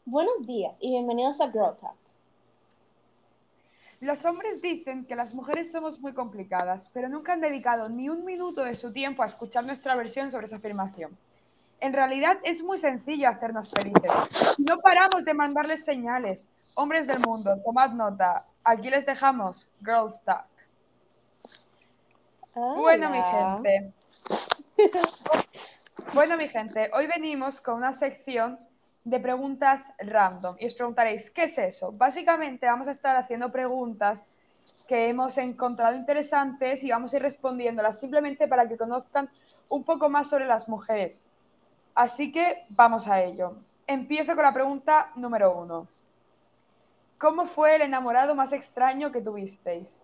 Buenos días y bienvenidos a Girl Talk. Los hombres dicen que las mujeres somos muy complicadas, pero nunca han dedicado ni un minuto de su tiempo a escuchar nuestra versión sobre esa afirmación. En realidad es muy sencillo hacernos felices. No paramos de mandarles señales. Hombres del mundo, tomad nota. Aquí les dejamos Girl Talk. Bueno, mi Hola. gente. Bueno, mi gente, hoy venimos con una sección de preguntas random y os preguntaréis, ¿qué es eso? Básicamente vamos a estar haciendo preguntas que hemos encontrado interesantes y vamos a ir respondiéndolas simplemente para que conozcan un poco más sobre las mujeres. Así que vamos a ello. Empiezo con la pregunta número 1. ¿Cómo fue el enamorado más extraño que tuvisteis?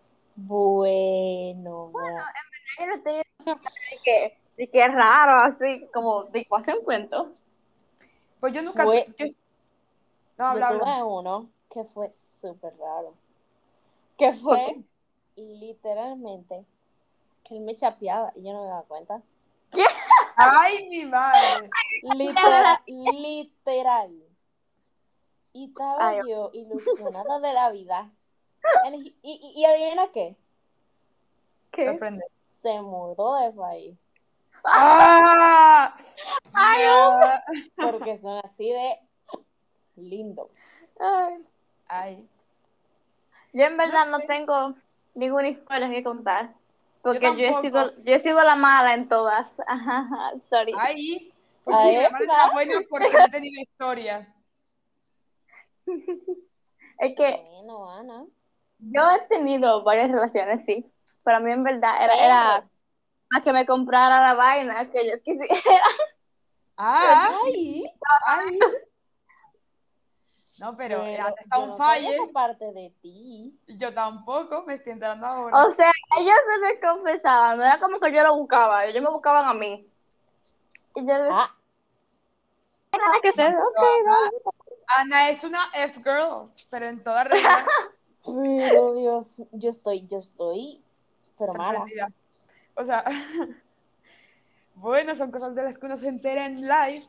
Bueno, Yo no estoy de que es raro, así como de que hace un cuento. Pues yo nunca... fue, No, yo habla, habla. tuve uno que fue súper raro, que ¿Por qué? fue literalmente que él me chapeaba y yo no me daba cuenta. ¿Qué? ¡Ay, mi madre! Literal. Y estaba Ay, yo ilusionada de la vida. Y adivina qué, ¿qué? Sorprende. se mudó de país, ¡Ah! Ay, No. porque son así de lindos. ay. Ay, Yo en no verdad no sé, tengo ninguna historia que contar. yo Porque tampoco. yo he sido la mala en todas. Ajá, sorry. Ay, pues sí, A me parece la buena porque no he tenido historias. Es que Bueno, Ana, yo he tenido varias relaciones, sí. Para mí en verdad era pero, más que me comprara la vaina que yo quisiera. Ah, ay, ay. No, pero pero está yo un no sabía falle. esa parte de ti. Yo tampoco, me estoy enterando ahora. O sea, ellos se me confesaban, no era como que yo lo buscaba, ellos me buscaban a mí. Y yo decía, Ah, nada que hacer, ok, Pero dale. Ana es una F-girl, pero en toda regla, pero Dios, yo estoy, pero mala. sorprendida. O sea, bueno, son cosas de las que uno se entera en live.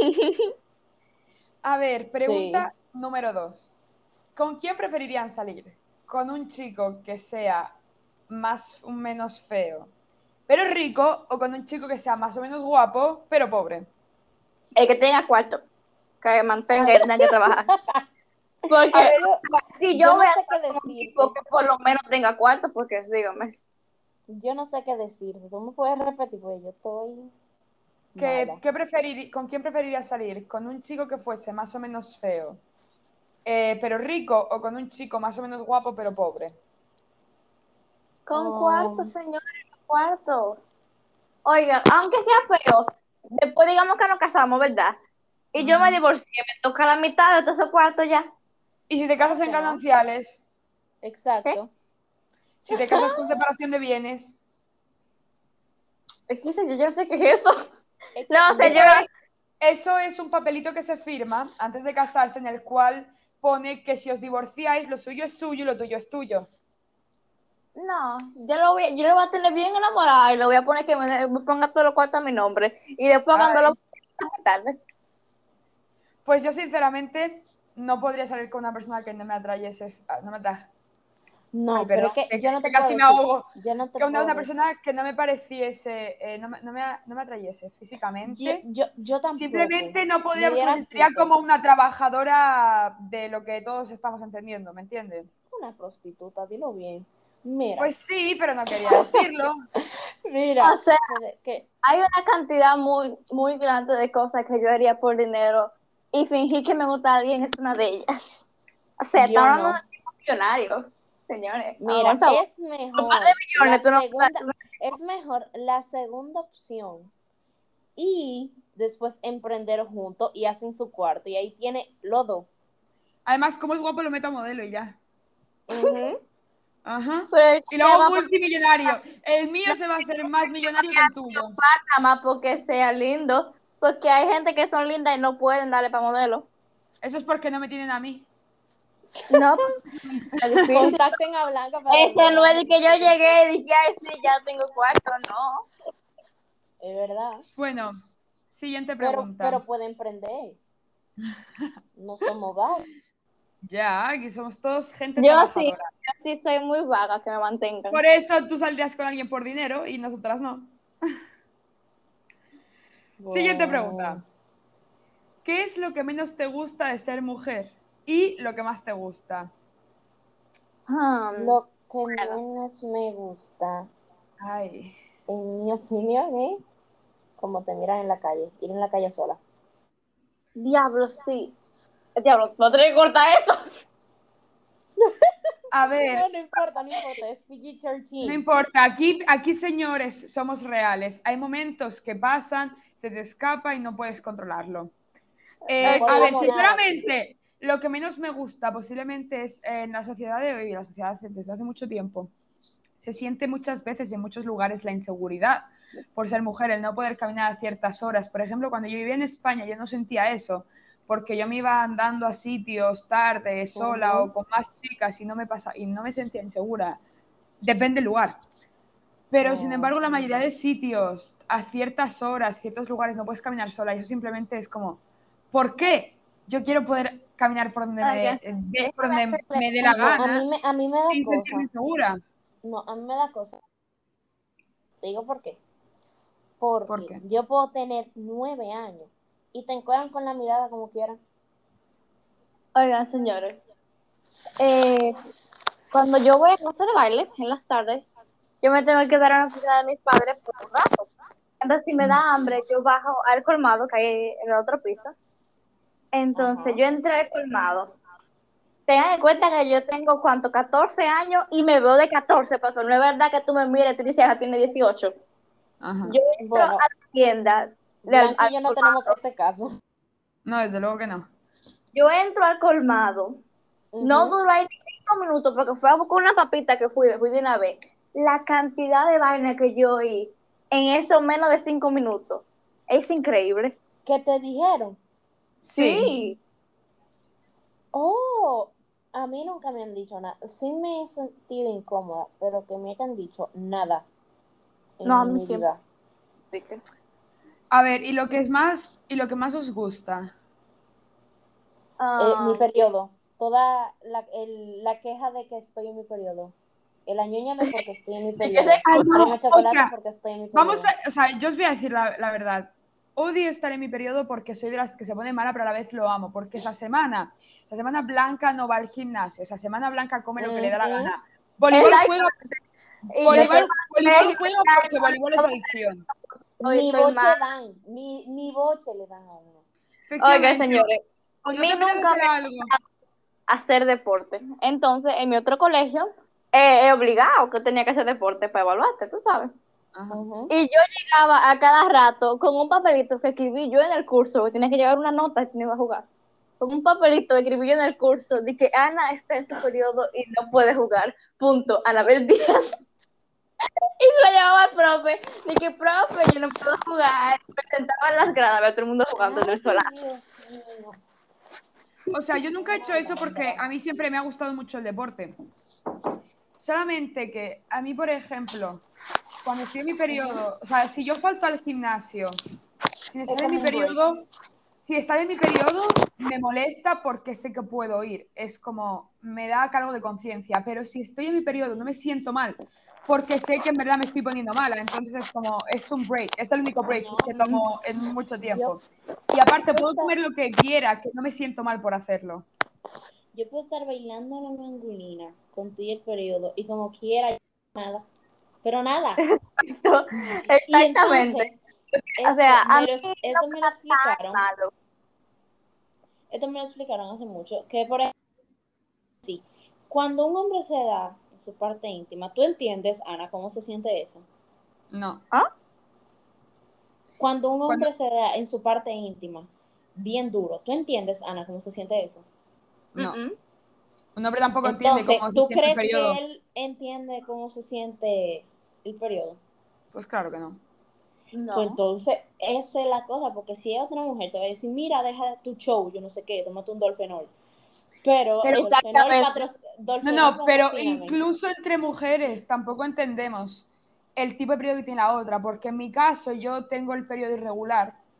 A ver, Sí, pregunta número 2. ¿Con quién preferirían salir? ¿Con un chico que sea más o menos feo, pero rico, o con un chico que sea más o menos guapo, pero pobre? El que tenga cuarto, que mantenga y tenga que trabajar. A Porque ver, si yo yo no voy a sé qué estar con un tipo decirte. que por lo menos tenga cuarto, porque dígame. Yo no sé qué decirte. ¿Tú me puedes repetir? Pues yo estoy mala. ¿con quién preferirías salir? ¿Con un chico que fuese más o menos feo, pero rico, o con un chico más o menos guapo, pero pobre? Con cuarto, Um, señores, cuarto. Oigan, aunque sea feo, después digamos que nos casamos, ¿verdad? Y yo me Ujú. divorcié, me toca la mitad de todos esos cuartos ya. ¿Y si te casas ¿Cómo en que no? gananciales? ¿Qué? Exacto. ¿Si te casas con separación de bienes? Es que yo no sé qué es eso. Es que, No, Eso mira, señora, es, eso es un papelito que se firma antes de casarse, en el cual pone que si os divorciáis, lo suyo es suyo y lo tuyo es tuyo. no, yo lo voy a tener bien enamorada y le voy a poner que me ponga todos los cuartos a mi nombre. Y después cuando lo Ay, tarde. pues yo sinceramente no podría salir con una persona que no me atrayese, no me atrae. Ay, no, pero perdón, es que que, yo no que te puedo casi me decir. ahogo. Yo no te Que una, puedo una decir. persona que no me pareciese, no me atrayese Yo, físicamente, yo, yo tampoco. simplemente no podría porque me Vivieras sentiría súper. como una trabajadora de lo que todos estamos entendiendo, ¿me entiendes? Una prostituta, dilo bien. Mira, Pues sí, pero no quería decirlo. O mira, sea, que hay una cantidad muy, muy grande de cosas que yo haría por dinero y fingir que me gusta a alguien es una de ellas. O sea, yo estamos hablando de no. tipo millonario, señores. Por Mira, favor, es un par de mejor la millones, tú no. segunda, es mejor la segunda opción y después emprender juntos y hacen su cuarto y ahí tiene lodo. Además, como es guapo, lo meto a modelo y ya. Ujú. Ajá. Pero el Y que luego va a multimillonario. El mío se va a hacer más millonario que el tuyo. nada más porque sea lindo, porque hay gente que son lindas y no pueden darle para modelo. Eso es porque no me tienen a mí. No, pues, es difícil. Contacten a Blanca para el Ese no es de modelaje. que yo llegué y dije, ay, sí, ya tengo cuarto, no. Es verdad. Bueno, siguiente Pero pregunta. puede emprender. No somos vagos. Ya, aquí somos todos gente Yo sí, trabajadora. yo sí soy muy vaga, que me mantengan. Por eso tú saldrías con alguien por dinero y nosotras no. Siguiente pregunta. Bueno, ¿Qué es lo que menos te gusta de ser mujer? Y lo que más te gusta. lo que Bueno, menos me gusta, Ay. en mi opinión, es como te miran en la calle, ir en la calle sola. diablo, sí. Diablo, no tengo que cortar eso. A ver, No, no importa, no importa, es no PG-13. importa, aquí señores somos reales. Hay momentos que pasan, se te escapa y no puedes controlarlo. No Ok, A ver, colgamos nada aquí. sinceramente, lo que menos me gusta posiblemente es en la sociedad de hoy, la sociedad desde hace mucho tiempo, se siente muchas veces en muchos lugares la inseguridad por ser mujer, el no poder caminar a ciertas horas. Por ejemplo, cuando yo vivía en España, yo no sentía eso, porque yo me iba andando a sitios tarde, sola o Ujú. con más chicas y no me sentía insegura. Depende del lugar. Pero sin Mm. embargo, la mayoría de sitios, a ciertas horas, ciertos lugares, no puedes caminar sola. Y eso simplemente es como, ¿por qué? Yo quiero poder caminar ok. por Déjame donde hacerle me dé la No, gana a mí me da sin sentirme cosa. insegura. No, a mí me da cosa. Te digo por qué. ¿Por Porque qué? yo puedo tener 9 años y te encuentran con la mirada como quieran. Oigan, señores, eh, cuando yo voy a clase de baile en las tardes, yo me tengo que dar a la oficina de mis padres por un rato. Entonces, si me da hambre, yo bajo al colmado que hay en el otro piso. Entonces, Ajá. yo entré al colmado. Tengan en cuenta que yo tengo, ¿cuánto? 14 años y me veo de 14, porque no es verdad que tú me mires y tú dices, ya tiene 18. Ajá. Yo entro a Bueno, la tienda, Blanca y al yo no tenemos colmado. ese caso. No, desde luego que no. Yo entro al colmado. No Ujú. duró ahí ni 5 minutos porque fue a buscar una papita que fui de una vez. La cantidad de vaina que yo oí en esos menos de 5 minutos es increíble. ¿Qué te dijeron? Sí. Sí, Oh, a mí nunca me han dicho nada. Sí me he sentido incómoda, pero que me hayan dicho nada no, a en mí mi siempre. vida. A ver, y lo que más os gusta. Mi Ah, periodo. Toda la queja de que estoy en mi periodo. El añóñame porque estoy en mi ¿de qué se periodo. Ay, excusa? no, Tráeme o chocolate sea, porque estoy en mi vamos periodo. a, o sea, yo os voy a decir la verdad. Odio estar en mi periodo porque soy de las que se pone mala, pero a la vez lo amo. Porque la semana blanca no va al gimnasio, esa semana blanca come lo que le da la Ujú. gana. Voleibol juega, Exactamente. Y yo estoy voleibol juega porque voleibol es adicción. Ni estoy boche mal. dan, ni boche le dan a uno. Oiga, Efectivamente, señores, o a no te mí apetece nunca hacer me algo. hacer deporte. Entonces, en mi otro colegio, es obligado que tenía que hacer deporte para evaluarte, tú sabes. Ajá. Ujú. Y yo llegaba a cada rato con un papelito que escribí yo en el curso, que tenía que llevar una nota que no iba a jugar. Con un papelito que escribí yo en el curso de que Ana está en su periodo y no puede jugar. Punto. Anabel Díaz. Y se lo llevaba al profe. De que, profe, yo no puedo jugar. Me sentaba en las gradas, había todo el mundo jugando en el solar. Ay, Dios mío. O sea, yo nunca he hecho eso porque a mí siempre me ha gustado mucho el deporte. Solamente que a mí, por ejemplo, cuando estoy en mi Ujú. periodo, o sea, si yo falto al gimnasio, sin Es estar en mi como un break. periodo, si está en mi periodo, me molesta porque sé que puedo ir. Es como, me da cargo de conciencia. Pero si estoy en mi periodo, no me siento mal porque sé que en verdad me estoy poniendo mala. Entonces es como, es un break. Es el único break que tomo en mucho Yo, tiempo. Y aparte, puedo puedo estar, comer lo que quiera, que no me siento mal por hacerlo. yo puedo estar bailando la mangulina con tu y el periodo y como quiera, nada. Pero nada. Y Exactamente. entonces, O sea, a mí no esto me me lo da tan explicaron, malo. esto me lo explicaron hace mucho, que por ejemplo, sí, cuando un hombre se da en su parte íntima, ¿tú entiendes, Ana, cómo se siente eso? No. ¿Ah? Cuando un Cuando, hombre se da en su parte íntima, bien duro, ¿tú entiendes, Ana, cómo se siente eso? no. Mm, Un hombre tampoco entiende Entonces, cómo se ¿tú siente el crees que periodo. él entiende cómo se siente el periodo? Pues claro que no. Pues no. entonces, esa es la cosa, porque si es otra mujer, te va a decir, mira, deja tu show, yo no sé qué, tómate un Dolfenol. Pero Pero Exactamente. no, Dolfenol no, pero patrocíname. incluso entre mujeres tampoco entendemos el tipo de periodo que tiene la otra, porque en mi caso yo tengo el periodo irregular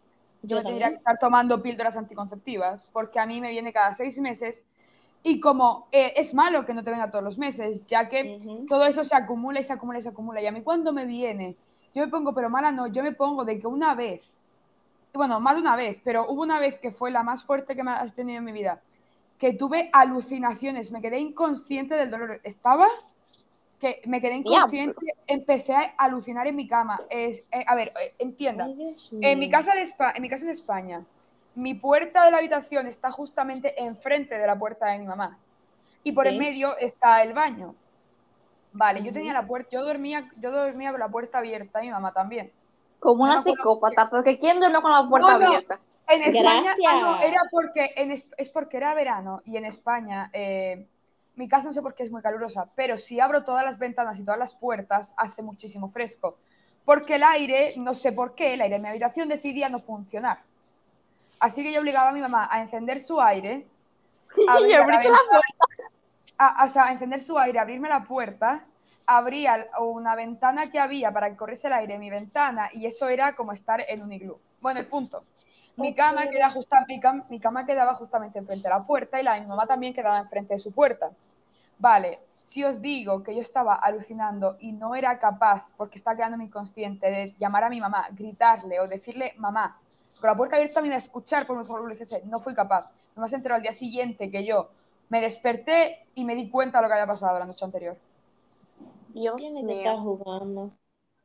yo Yo me tendría que también. estar tomando píldoras anticonceptivas, porque a mí me viene cada 6 meses y como es malo que no te venga todos los meses, ya que Ujú. todo eso se acumula y se acumula y se acumula. Y a mí cuando me viene, yo me pongo, pero mala no, yo me pongo de que una vez, bueno, más de una vez, pero hubo una vez que fue la más fuerte que me has tenido en mi vida, que tuve alucinaciones, me quedé inconsciente del dolor. Estaba que me quedé Diablo. inconsciente, empecé a alucinar en mi cama. A ver, entienda, Ay, Dios en mi mío. casa en mi casa en España, mi puerta de la habitación está justamente enfrente de la puerta de mi mamá y por en Sí. medio está el baño. Vale, yo tenía Ujú. la puerta, yo dormía con la puerta abierta y mi mamá también. Como No me una acuerdo por qué. psicópata, porque ¿quién duerme con la puerta No, no, abierta? en España, no, era Gracias. porque es porque era verano y en España mi casa no sé por qué es muy calurosa, pero si abro todas las ventanas y todas las puertas hace muchísimo fresco, porque el aire, no sé por qué, el aire en mi habitación decidía no funcionar. Así que yo obligaba a mi mamá a encender su aire, a Y abrir la abriste la ventana, puerta. o sea, a encender su aire, abrirme la puerta, abría una ventana que había para que corriese el aire en mi ventana y eso era como estar en un iglú. Bueno, el punto. Mi Ok, cama, mi cama quedaba justamente enfrente de la puerta y la de mi mamá también quedaba enfrente de su puerta. Vale, si os digo que yo estaba alucinando y no era capaz, porque estaba quedándome inconsciente, de llamar a mi mamá, gritarle o decirle mamá, con la puerta abierta también a escuchar, por favor, le dijese, no fui capaz. No me has enterado al día siguiente que yo me desperté y me di cuenta de lo que había pasado la noche anterior. Dios tiene que estar mío. jugando.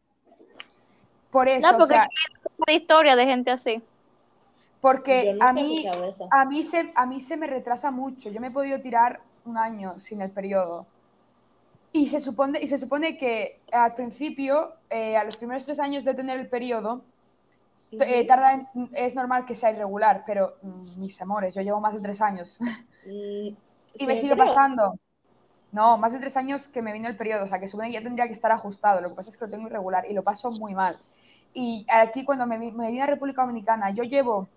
Por No, eso, o porque sea, hay una historia de gente así. Yo porque nunca he escuchado eso. a mí se me retrasa mucho. Yo me he podido tirar un año sin el periodo. Y se supone que al principio, a los primeros 3 años de tener el periodo, Ujú. es normal que sea irregular, pero mis amores, yo llevo más de 3 años Mm, y me ¿sin el sigue periodo? pasando. No, más de 3 años que me vino el periodo, o sea que supone que ya tendría que estar ajustado. Lo que pasa es que lo tengo irregular y lo paso muy mal. Y aquí cuando me vine a República Dominicana, yo llevo,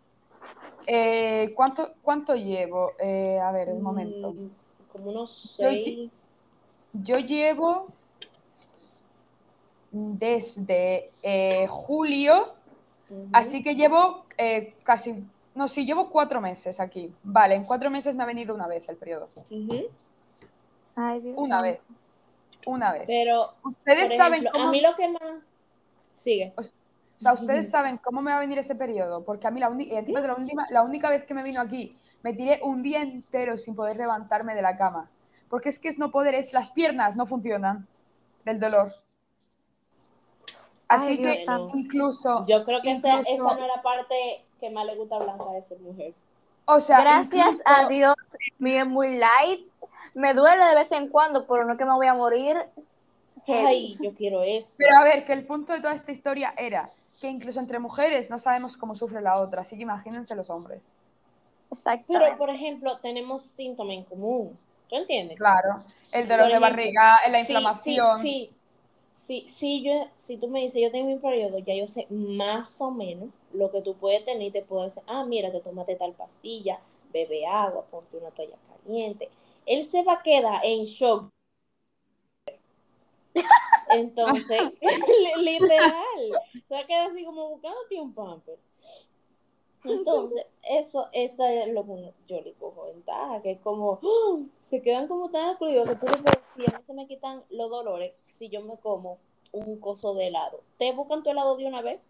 ¿cuánto llevo? A ver, un momento. Mm, como unos Yo, 6. yo llevo desde julio, Ujú, así que llevo casi, no, sí, llevo 4 meses aquí. Vale, en 4 meses me ha venido una vez el periodo. ujú. Ay, Dios Una vez, santo. una vez. Pero, por Ustedes saben ejemplo, a mí cómo, lo que más... Sigue. o sea, ustedes saben cómo me va a venir ese periodo, porque a mí la única vez que me vino aquí, me tiré un día entero sin poder levantarme de la cama. Porque es que es no poder, es las piernas no funcionan del dolor. Ay, Así Dios que santo. Bueno, incluso, yo creo que esa no incluso, es la parte que más le gusta a Blanca de ser mujer. o sea, Gracias a incluso, Dios, el mío es muy light. Me duele de vez en cuando, pero no que me voy a morir heavy. Ay, yo quiero pero eso. a ver, que el punto de toda esta historia era que incluso entre mujeres no sabemos cómo sufre la otra, así que imagínense los hombres. Pero, Exactamente. por ejemplo, tenemos síntomas en común. ¿Tú entiendes? Claro, el Por dolor de ejemplo, barriga, la si, si, inflamación. si, si tú me dices, yo tengo mi periodo, ya yo sé más o menos lo que tú puedes tener y te puedo decir, ah, mira, te tomaste tal pastilla, bebe agua, ponte una toalla caliente. Él se va a quedar en shock. Entonces, literal, se va a quedar así como buscándote un pamper. Entonces, eso es lo que yo le cojo ventaja, que es como, ¡oh! Se quedan como tan excluidos que tú le puedes decir, a mí se me quitan los dolores si yo me como un coso de helado. ¿Te buscan tu helado de una vez?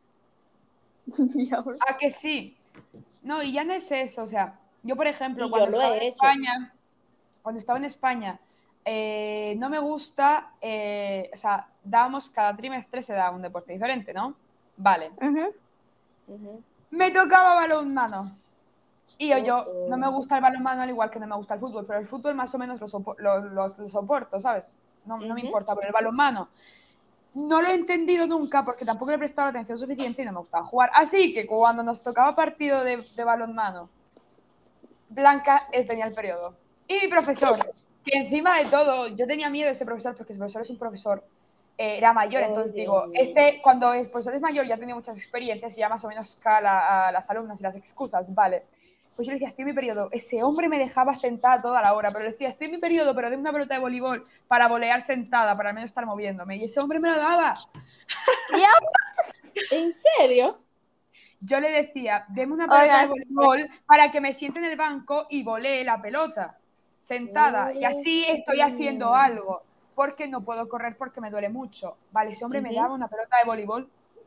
¿A que sí? No, y ya no es eso, o sea, yo por ejemplo, Y yo lo he hecho. Cuando estaba en España, no me gusta, o sea, cada trimestre se da un deporte diferente, ¿no? Vale. Ujú. Ujú. Me tocaba balonmano. Y Oh, yo no me oh. gusta el balonmano al igual que no me gusta el fútbol, pero el fútbol más o menos lo soporto, ¿sabes? No me Ujú. importa, pero el balonmano no lo he entendido nunca porque tampoco le he prestado la atención suficiente y no me gustaba jugar. Así que cuando nos tocaba partido de balonmano, Blanca tenía el periodo. Y mi profesor, que encima de todo, yo tenía miedo de ese profesor porque ese profesor es un profesor, era mayor, Oh, entonces Dios digo, mío. cuando el profesor es mayor ya tiene muchas experiencias y ya más o menos cala a las alumnas y las excusas, vale. Pues yo le decía, estoy en mi periodo. Ese hombre me dejaba sentada toda la hora, pero le decía, estoy en mi periodo, pero de una pelota de voleibol para volear sentada, para al menos estar moviéndome. Y ese hombre me lo daba. Ya, ¿En serio? yo le decía, deme una pelota de Oigan, voleibol para que me siente en el banco y volee la pelota sentada. Y así estoy haciendo algo, porque no puedo correr porque me duele mucho. Vale, ese hombre me daba una pelota de voleibol.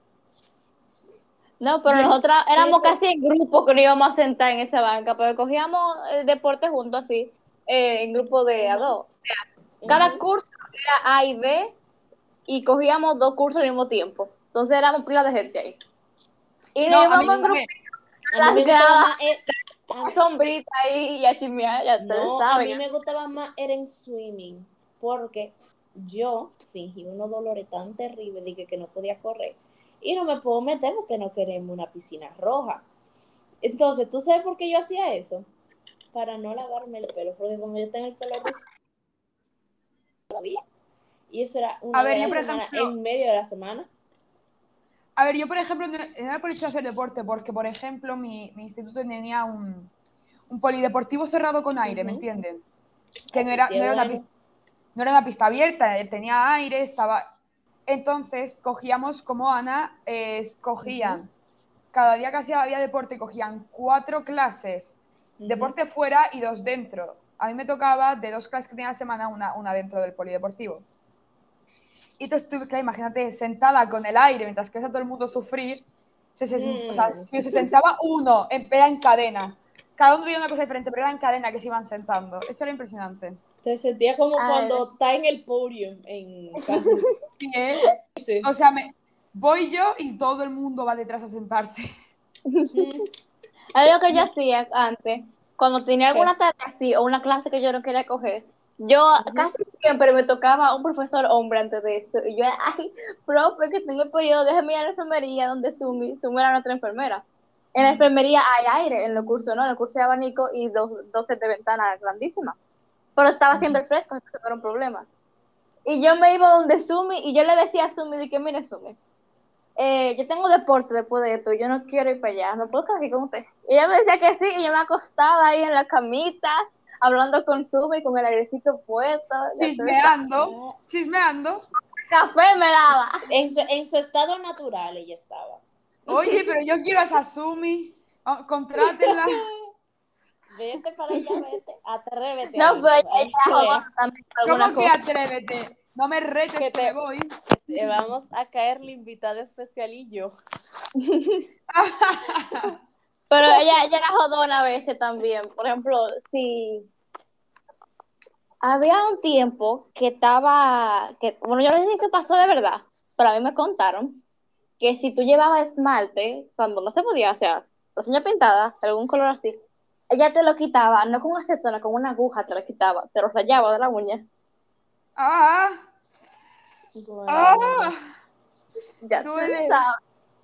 no, pero Bien. nosotras éramos casi en grupo que nos íbamos a sentar en esa banca, porque cogíamos el deporte juntos así, en grupo de a dos. Cada curso era A y B y cogíamos 2 cursos al mismo tiempo. Entonces éramos pila de gente ahí. Y No, nos a mí, íbamos en grupo A a mí me las gustaba gradas, más, a- sombrita ahí y a chismear, ya ustedes no, a mí saben. me gustaba más era en swimming, porque yo fingí unos dolores tan terribles, dije que no podía correr, y no me puedo meter porque no queremos una piscina roja. Entonces, ¿tú sabes por qué yo hacía eso? Para no lavarme el pelo, porque como yo tengo el pelo rizado todavía, y eso era a una vez ver, a yo la por semana, ejemplo, en medio de la semana. yo por ejemplo, no era por hecho de hacer deporte, porque por ejemplo mi instituto tenía un polideportivo cerrado con aire, ¿me entienden? Que no Así era, sí no es era una bueno. pista, no era una pista abierta, tenía aire, estaba... Entonces cogíamos, como Ana, cogían, cada día que había deporte, cogían 4 clases, deporte fuera y 2 dentro. A mí me tocaba de 2 clases que tenía a la semana, una dentro del polideportivo. Y entonces tú, claro, imagínate, sentada con el aire, mientras que ves a todo el mundo sufrir, o sea, si se sentaba uno, era en cadena. Cada uno tenía una cosa diferente, pero era en cadena que se iban sentando. Eso era impresionante. Te sentía como Ay, cuando está en el podium en Cancún. Sí, o sea, voy yo y todo el mundo va detrás a sentarse. algo que yo hacía antes, cuando tenía alguna tarea así o una clase que yo no quería coger, yo casi siempre me tocaba un profesor hombre antes de eso. Y yo, ay, profe, que tengo el periodo, déjame ir a la enfermería donde Sumi era nuestra enfermera. En la enfermería hay aire, en los cursos, ¿no? En el curso de abanico y 12 de ventana grandísimas. Pero estaba haciendo el fresco, entonces no era un problema. Y yo me iba donde Sumi y yo le decía a Sumi de que, mire, Sumi, yo tengo deporte después de esto, yo no quiero ir para allá, no puedo estar aquí con usted. Y ella me decía que sí, y yo me acostaba ahí en la camita, hablando con Sumi, con el airecito puesto, Chismeando, chismeando. café me daba. En su estado natural ella estaba. Oye, pero yo quiero a Sasumi. Oh, contrátenla. Vete para allá, vete. Atrévete a No, ir. pero Para ella que jodona veas también con alguna ¿Cómo que cosa. atrévete? No me retes que que me te, voy. te vamos a caer la invitada especial y yo. Pero ella era jodona a veces también. Por ejemplo, si había un tiempo que estaba, bueno, yo no sé si eso pasó de verdad, pero a mí me contaron que si tú llevabas esmalte, cuando no se podía, o sea, las uñas pintadas, algún color así, ella te lo quitaba, no con acetona, con una aguja te lo quitaba, te lo rayaba de la uña. Ah, Bueno, ah, Ya tú duele. sabes.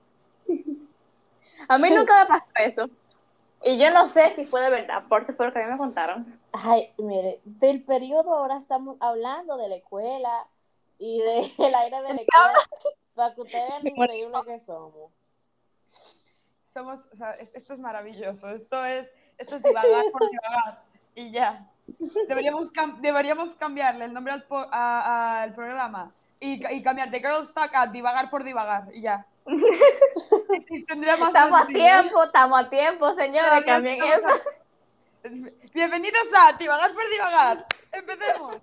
A mí nunca me pasó eso. Y yo no sé si fue de verdad, por eso fue lo que a mí me contaron. ay, mire, del periodo ahora estamos hablando de la escuela y del aire de la escuela para que ustedes vean lo increíble que somos. Somos, o sea, esto es maravilloso. Esto es divagar por divagar. Y ya. Deberíamos cambiarle el nombre al programa y cambiar de Girls Talk a divagar por divagar. Y ya. Y tendría más sentido. Estamos a tiempo, señores, Todavía cambien estamos eso. Bienvenidos a Divagar por Divagar. Empecemos.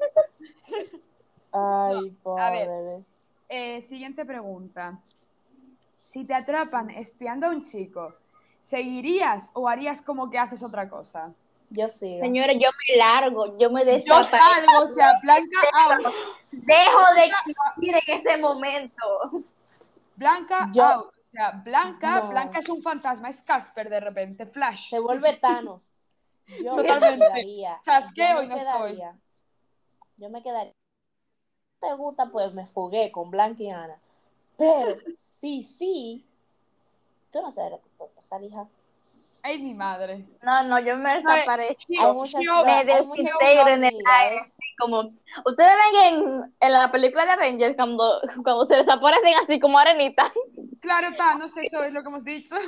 Ay, A ver, padre. siguiente pregunta. Si te atrapan espiando a un chico, ¿seguirías o harías como que haces otra cosa? Yo sigo. Señores, yo me largo, yo me Yo desaparezco, salgo, o sea, Blanca out. dejo de existir en ese momento. Blanca Yo, out. O sea, Blanca no. es un fantasma, es Casper de repente, Flash. Se vuelve Thanos. Yo me Totalmente. quedaría. Yo Chasqueo y me no estoy. quedaría. Yo me quedaría. ¿Te gusta? Pues me fugué con Blanca y Ana. Pero, sí, tú no sabes lo que puede pasar, hija. Ay, mi madre. No, yo me A ver, desaparezco, me Hay muchas desintegro en el aire, probabilidades. así como, ustedes ven en la película de Avengers cuando se desaparecen así como arenita. claro, Thanos, eso es lo que hemos dicho.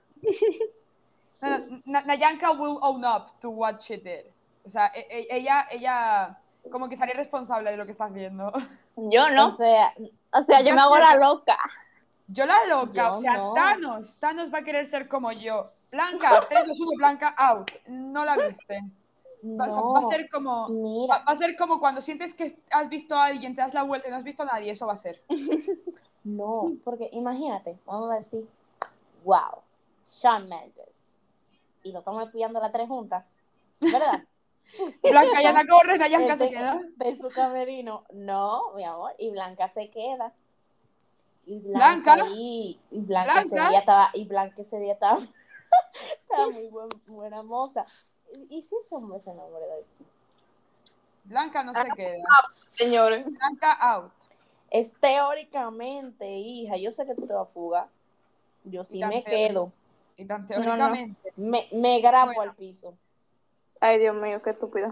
Nayanka will own up to what she did. O sea, ella como que sería responsable de lo que está haciendo. Yo O no, sea, o sea, yo Yo me sí, hago o la sea, loca. Yo la loca, o Yo sea, no. Thanos va a querer ser como yo. Blanca, 3, 2, 1, Blanca, out. No la viste. O sea, va a No, ser como, mira, va a ser como cuando sientes que has visto a alguien, te das la vuelta y no has visto a nadie, eso va a ser. no, porque imagínate, vamos a decir, wow, Shawn Mendes, y lo estamos espiando las tres juntas, ¿verdad? Blanca ya la corre, Nayanka se de, queda. de su camerino, no, mi amor, y Blanca se queda. Y Blanca, y Blanca Blanca. ese día estaba, y Blanca ese día estaba, estaba muy buena moza. Y sí, ese hombre se enamoró de ti. Blanca no se queda. Señores. Blanca out. Es teóricamente, hija, yo sé que tú te vas a fugar. Yo sí me quedo. Y tan teóricamente. Me grapo al piso. Ay, Dios mío, qué estúpida.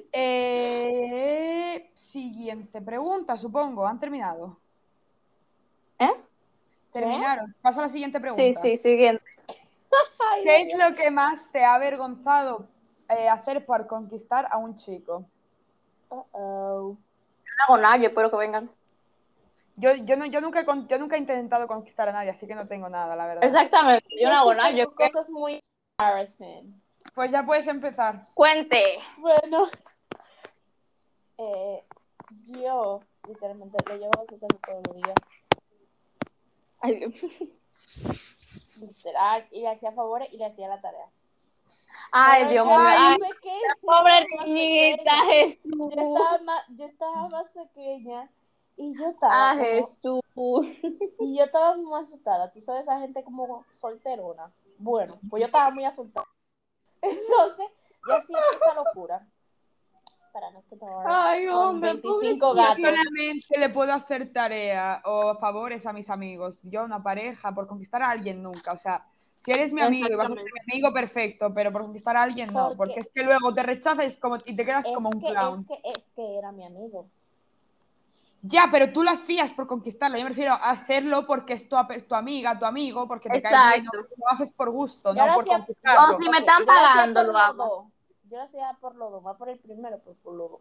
Siguiente pregunta, supongo. ¿Han terminado? ¿Eh? Terminaron. Paso a la siguiente Sí, pregunta. sí, siguiente. Ay, ¿Qué Dios es mío. lo que más te ha avergonzado hacer por conquistar a un chico? Uh-oh. No hago nada, yo espero que vengan. Yo nunca he intentado conquistar a nadie, así que no tengo nada, la verdad. Exactamente, yo no hago sí nada, yo tengo cosas muy embarrassing. Pues ya puedes empezar. Cuente. Bueno, yo literalmente lo llevo a su casa todos los días. Ay, Dios. Literal, y le hacía favores y le hacía la tarea. Ay, Dios mío. Ay, pobre niñita, Jesús. Yo estaba más pequeña y yo estaba Ah, como, Jesús. y yo estaba como asustada. Tú sabes, esa gente como solterona. Bueno, pues yo estaba muy asustada. Entonces, yo hacía esa locura. Para no que Ay, con hombre, 25 Yo gatos. solamente le puedo hacer tarea o favores a mis amigos. Yo, una pareja, por conquistar a alguien nunca. O sea, si eres mi amigo y vas a ser mi amigo, perfecto, pero por conquistar a alguien no. Porque es que luego te rechazas y te quedas como un clown. Es que era mi amigo. Ya, pero tú lo hacías por conquistarlo. Yo me refiero a hacerlo porque es tu amiga, tu amigo, porque te cae bien. No, lo haces por gusto, no por conquistarlo. O si me están pagando, lo hago. Dos. Yo lo hacía por los dos, más por el primero, pero por los dos.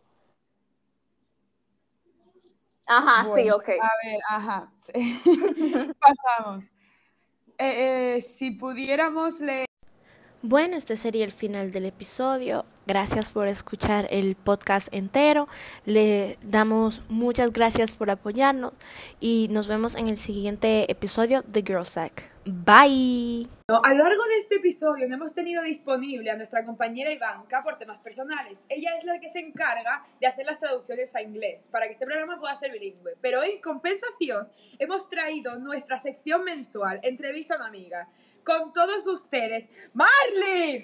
Ajá, Bueno, sí, ok. a ver, ajá. Sí. Pasamos. Si pudiéramos leer. Bueno, este sería el final del episodio. Gracias por escuchar el podcast entero. Le damos muchas gracias por apoyarnos y nos vemos en el siguiente episodio de Girl Sack. Bye. A lo largo de este episodio no hemos tenido disponible a nuestra compañera Ivanka por temas personales. Ella es la que se encarga de hacer las traducciones a inglés para que este programa pueda ser bilingüe. Pero en compensación hemos traído nuestra sección mensual, Entrevista a una amiga. Con todos ustedes, ¡Marley!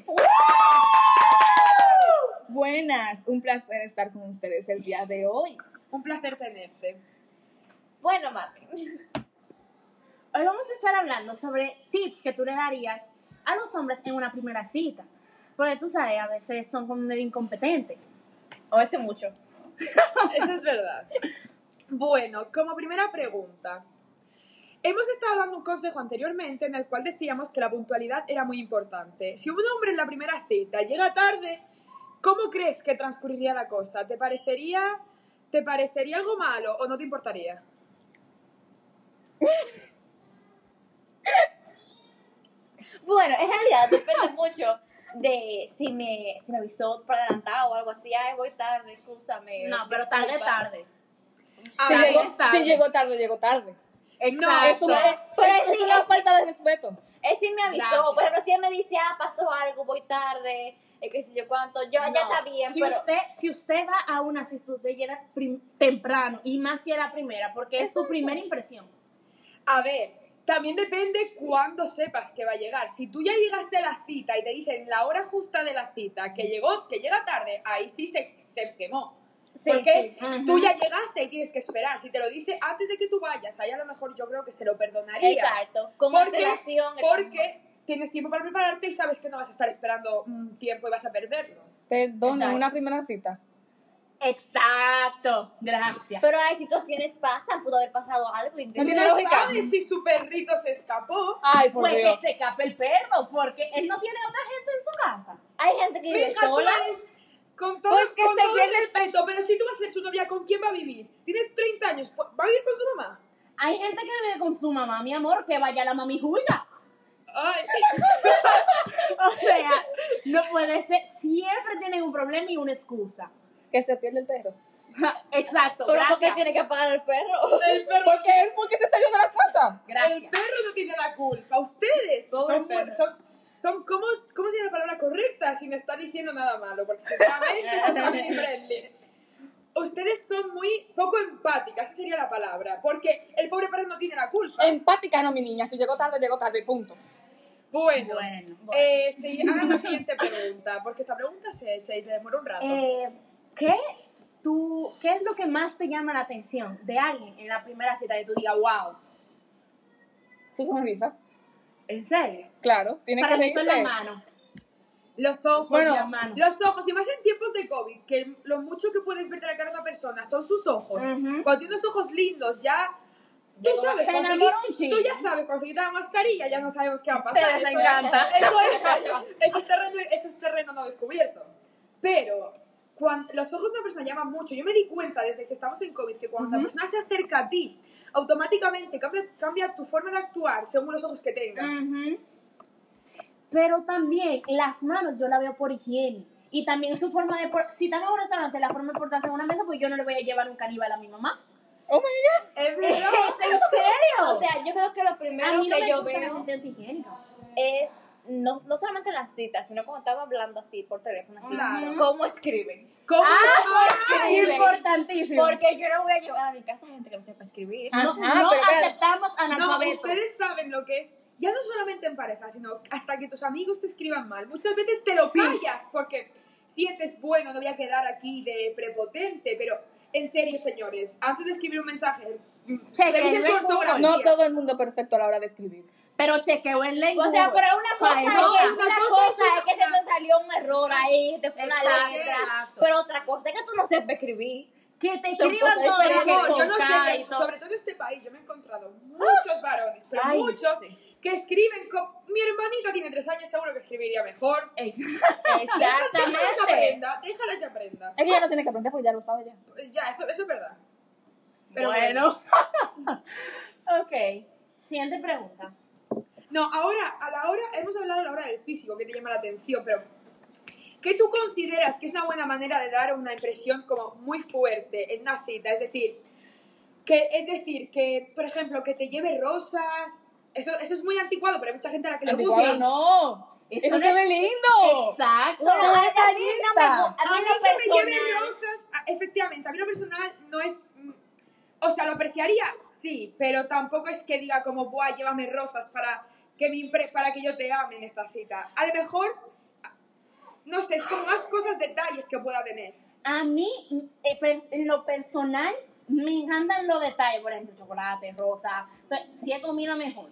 Buenas, un placer estar con ustedes el día de hoy. Un placer tenerte. Bueno, Marlene, hoy vamos a estar hablando sobre tips que tú le darías a los hombres en una primera cita. Porque tú sabes, a veces son como medio incompetentes. A veces mucho. Eso es verdad. Bueno, como primera pregunta. Hemos estado dando un consejo anteriormente en el cual decíamos que la puntualidad era muy importante. Si un hombre en la primera cita llega tarde, ¿cómo crees que transcurriría la cosa? ¿Te parecería algo malo o no te importaría? Bueno, en realidad depende mucho de si me avisó por adelantado o algo así. Ay, voy tarde, escúchame. No, pero tarde. Si llegó tarde, llegó tarde. Exacto. Pero es una falta de respeto. Él sí me avisó. Gracias. Por ejemplo, si él me dice, pasó algo, voy tarde, qué sé yo cuánto, ya está bien, Si usted va a una cita, usted llega temprano, y más si es la primera, porque es su primera impresión. A ver, también depende cuándo sepas que va a llegar. Si tú ya llegaste a la cita y te dicen la hora justa de la cita, que llega tarde, ahí sí se quemó. Porque tú ya llegaste y tienes que esperar. Si te lo dice antes de que tú vayas, ahí a lo mejor yo creo que se lo perdonarías. Exacto, como antelación. Porque tienes tiempo para prepararte y sabes que no vas a estar esperando un tiempo y vas a perderlo. Perdón, en una primera cita. Exacto, gracias. Pero hay situaciones pasan, pudo haber pasado algo. Y Tú no sabes si su perrito se escapó. Ay, por Dios. Que se escape el perro, porque él no tiene otra gente en su casa. Hay gente que vive sola. Con todo, Pues que con se todo pierde el respeto, pero si tú vas a ser su novia, ¿con quién va a vivir? Tienes 30 años, ¿va a vivir con su mamá? Hay gente que vive con su mamá, mi amor, que vaya a la mami Julia. Ay. O sea, no puede ser. Siempre tienen un problema y una excusa. Que se pierde el perro. Exacto, ¿Pero por qué gracias. tiene que pagar el perro? El perro, Porque él fue que se salió de la casa. el Gracias. perro no tiene la culpa. Ustedes Pobre son, perro. son ¿cómo tiene la palabra correcta sin estar diciendo nada malo? Porque sinceramente son family friendly. Ustedes son muy poco empáticas, esa sería la palabra. Porque el pobre perro no tiene la culpa. Empática no, mi niña. Si llegó tarde, punto. Bueno. Bueno. Sí, hagan la siguiente pregunta, porque esta pregunta se demora un rato. ¿Qué es lo que más te llama la atención de alguien en la primera cita? Que tú digas, wow, Su sonrisa. ¿en serio? Claro, tiene Para que mí son las reírse. manos. Los ojos, Bueno, las manos. los ojos, y más en tiempos de COVID, que lo mucho que puedes ver de la cara de una persona son sus ojos. Ujú. Cuando tienes unos ojos lindos, ya tú sabes, te conseguir, enamora un chin. tú ya sabes conseguir la mascarilla, ya no sabemos qué va a pasar. les Eso- encanta. Eso es terreno no descubierto. Pero cuando los ojos de una persona llaman mucho. Yo me di cuenta desde que estamos en COVID que cuando una persona se acerca a ti, automáticamente cambia tu forma de actuar según los ojos que tenga. Ujú. Pero también las manos yo la veo por higiene. Y también su forma de... Si están en un restaurante, la forma de portarse en una mesa, pues yo no le voy a llevar un caníbal a mi mamá. Oh my God. Es verdad. ¿Es en serio? O sea, yo creo que lo a primero mí no que me yo gusta la veo gente antihigiénica. es no solamente en las citas, sino cuando estamos hablando así por teléfono, así, Claro. cómo escriben. ¿Cómo? escriben. Importantísimo. Porque yo no voy a llevar a mi casa gente que no sepa escribir. No, Ajá, no pero espérate. aceptamos No, analfabetos. ustedes saben lo que es, ya no solamente en pareja, sino hasta que tus amigos te escriban mal. Muchas veces te lo Sí. callas porque sientes, bueno, no voy a quedar aquí de prepotente, pero en serio, señores, antes de escribir un mensaje, Chequen revisen su en Google. ortografía. No todo el mundo es perfecto a la hora de escribir. Pero chequeo en lengua. O sea, pero una cosa, Para es, eso. que, una una cosa cosa es es que se te salió un error ahí, te fue una Exacto, letra. exacto. Pero otra cosa es que tú no sepas escribir. Que te Son escriban cosas todo diferentes. Amor, yo no con sé, K pero y todo. sobre todo en este país, yo me he encontrado muchos varones, pero Ay, muchos, sí. que escriben con... Mi hermanita tiene 3 años, seguro que escribiría mejor. Ey. Déjala que Exactamente. aprenda, déjala que aprenda. Es que ya no tiene que aprender porque ya lo sabe ya. Ya, eso es verdad. Pero bueno. Ok. Siguiente pregunta. No, ahora, hemos hablado a la hora del físico, que te llama la atención, pero ¿qué tú consideras que es una buena manera de dar una impresión como muy fuerte en una cita? Es decir, que por ejemplo, que te lleve rosas, eso es muy anticuado, pero hay mucha gente a la que le gusta. Anticuado, no. Eso no se es- ve lindo. Exacto. Bueno, No, a mí detallista. no me gusta. A mí en lo que me lleven personal- rosas, efectivamente, a mí lo personal no es... O sea, lo apreciaría, sí, pero tampoco es que diga como, buah, llévame rosas para que yo te ame en esta cita. A lo mejor, no sé, es como más cosas, detalles que pueda tener. A mí, en lo personal, me encantan los detalles. Por ejemplo, chocolate, rosa. Entonces, si he comido mejor.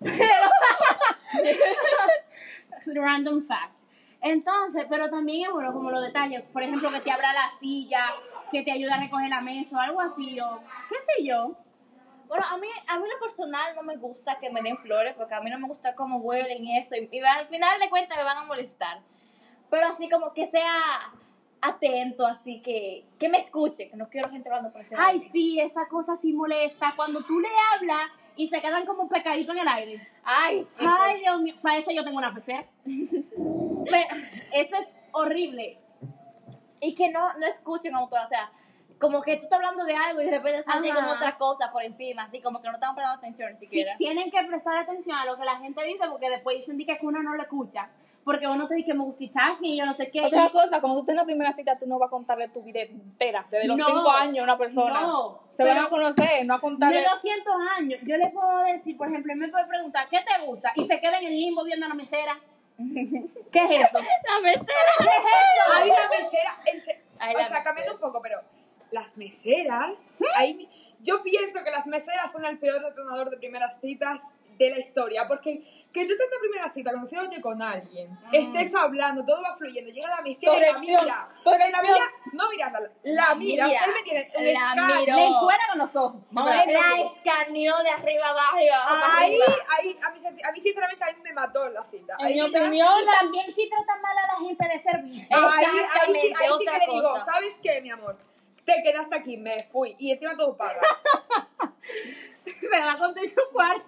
Random fact. Entonces, pero también es bueno como los detalles. Por ejemplo, que te abra la silla, que te ayude a recoger la mesa o algo así. O qué sé yo. Bueno, a mí lo personal no me gusta que me den flores porque a mí no me gusta cómo huelen y eso. Y al final de cuentas me van a molestar. Pero así como que sea atento, así que me escuche, que no quiero gente hablando por ese Ay, lado. sí, esa cosa sí molesta. Cuando tú le hablas y se quedan como pecaditos en el aire. Ay, sí. Ay, Dios mío. Para eso yo tengo una pecera. Eso es horrible. Y que no escuchen autor, o sea, como que tú estás hablando de algo y de repente sale Ajá. como otra cosa por encima, así como que no están prestando atención ni Sí, siquiera. tienen que prestar atención a lo que la gente dice porque después dicen que uno no lo escucha. Porque uno te dice que multitasking y yo no sé qué. Otra cosa, como tú estás en la primera cita, tú no vas a contarle tu vida entera, desde los No, 5 años a una persona. no, Se van pero a conocer, no a de contarle. 200 años, yo le puedo decir, por ejemplo, él me puede preguntar, ¿qué te gusta? Y se queda en el limbo viendo a la mesera. ¿Qué es eso? La mesera. Hay una mesera, Ay, o la sea, cambiando mesera. un poco, pero las meseras, yo pienso que las meseras son el peor detonador de primeras citas de la historia, porque que tú estés en la primera cita conociéndote con alguien, estés hablando, todo va fluyendo, llega la mesera y la Corrección, mira, corrección. la mira, no mirándola, la mira, mira, ustedes me tienen un la escáner. miró. Le encuera con los ojos. La escaneó de arriba abajo y abajo para Ahí, arriba. a mí sinceramente, a mí me mató la cita. En Ahí mi ya- opinión, Y también si tratan mal a la gente de servicio. Ahí sí Exactamente, que otra le digo, cosa. ¿sabes qué, mi amor? Te quedaste aquí, me fui, y encima todo pagas. Se va a contar su cuarto.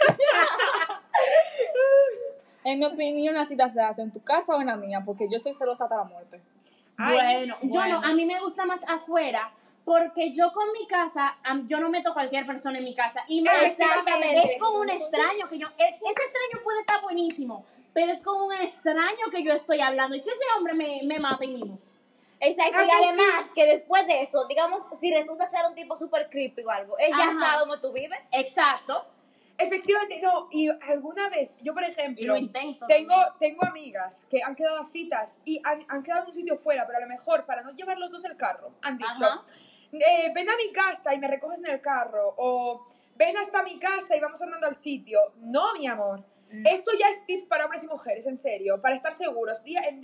En mi opinión, la cita se hace en tu casa o en la mía, porque yo soy celosa hasta la muerte. Bueno, yo no, a mí me gusta más afuera, porque yo con mi casa, yo no meto a cualquier persona en mi casa. Y más, Exactamente. es con un extraño que ese extraño puede estar buenísimo, pero es con un extraño que yo estoy hablando. Y si ese hombre me mata y mismo. Exacto, y además que después de eso, digamos, si resulta ser un tipo súper creepy o algo, él ya Ajá. sabe dónde tú vives. Exacto. Efectivamente, no, y alguna vez, yo por ejemplo, Y lo intenso. tengo amigas que han quedado a citas y han quedado en un sitio fuera, pero a lo mejor para no llevar los dos el carro, han dicho, Ajá. Ven a mi casa y me recoges en el carro, o ven hasta mi casa y vamos andando al sitio. No, mi amor, esto ya es tip para hombres y mujeres, en serio, para estar seguros.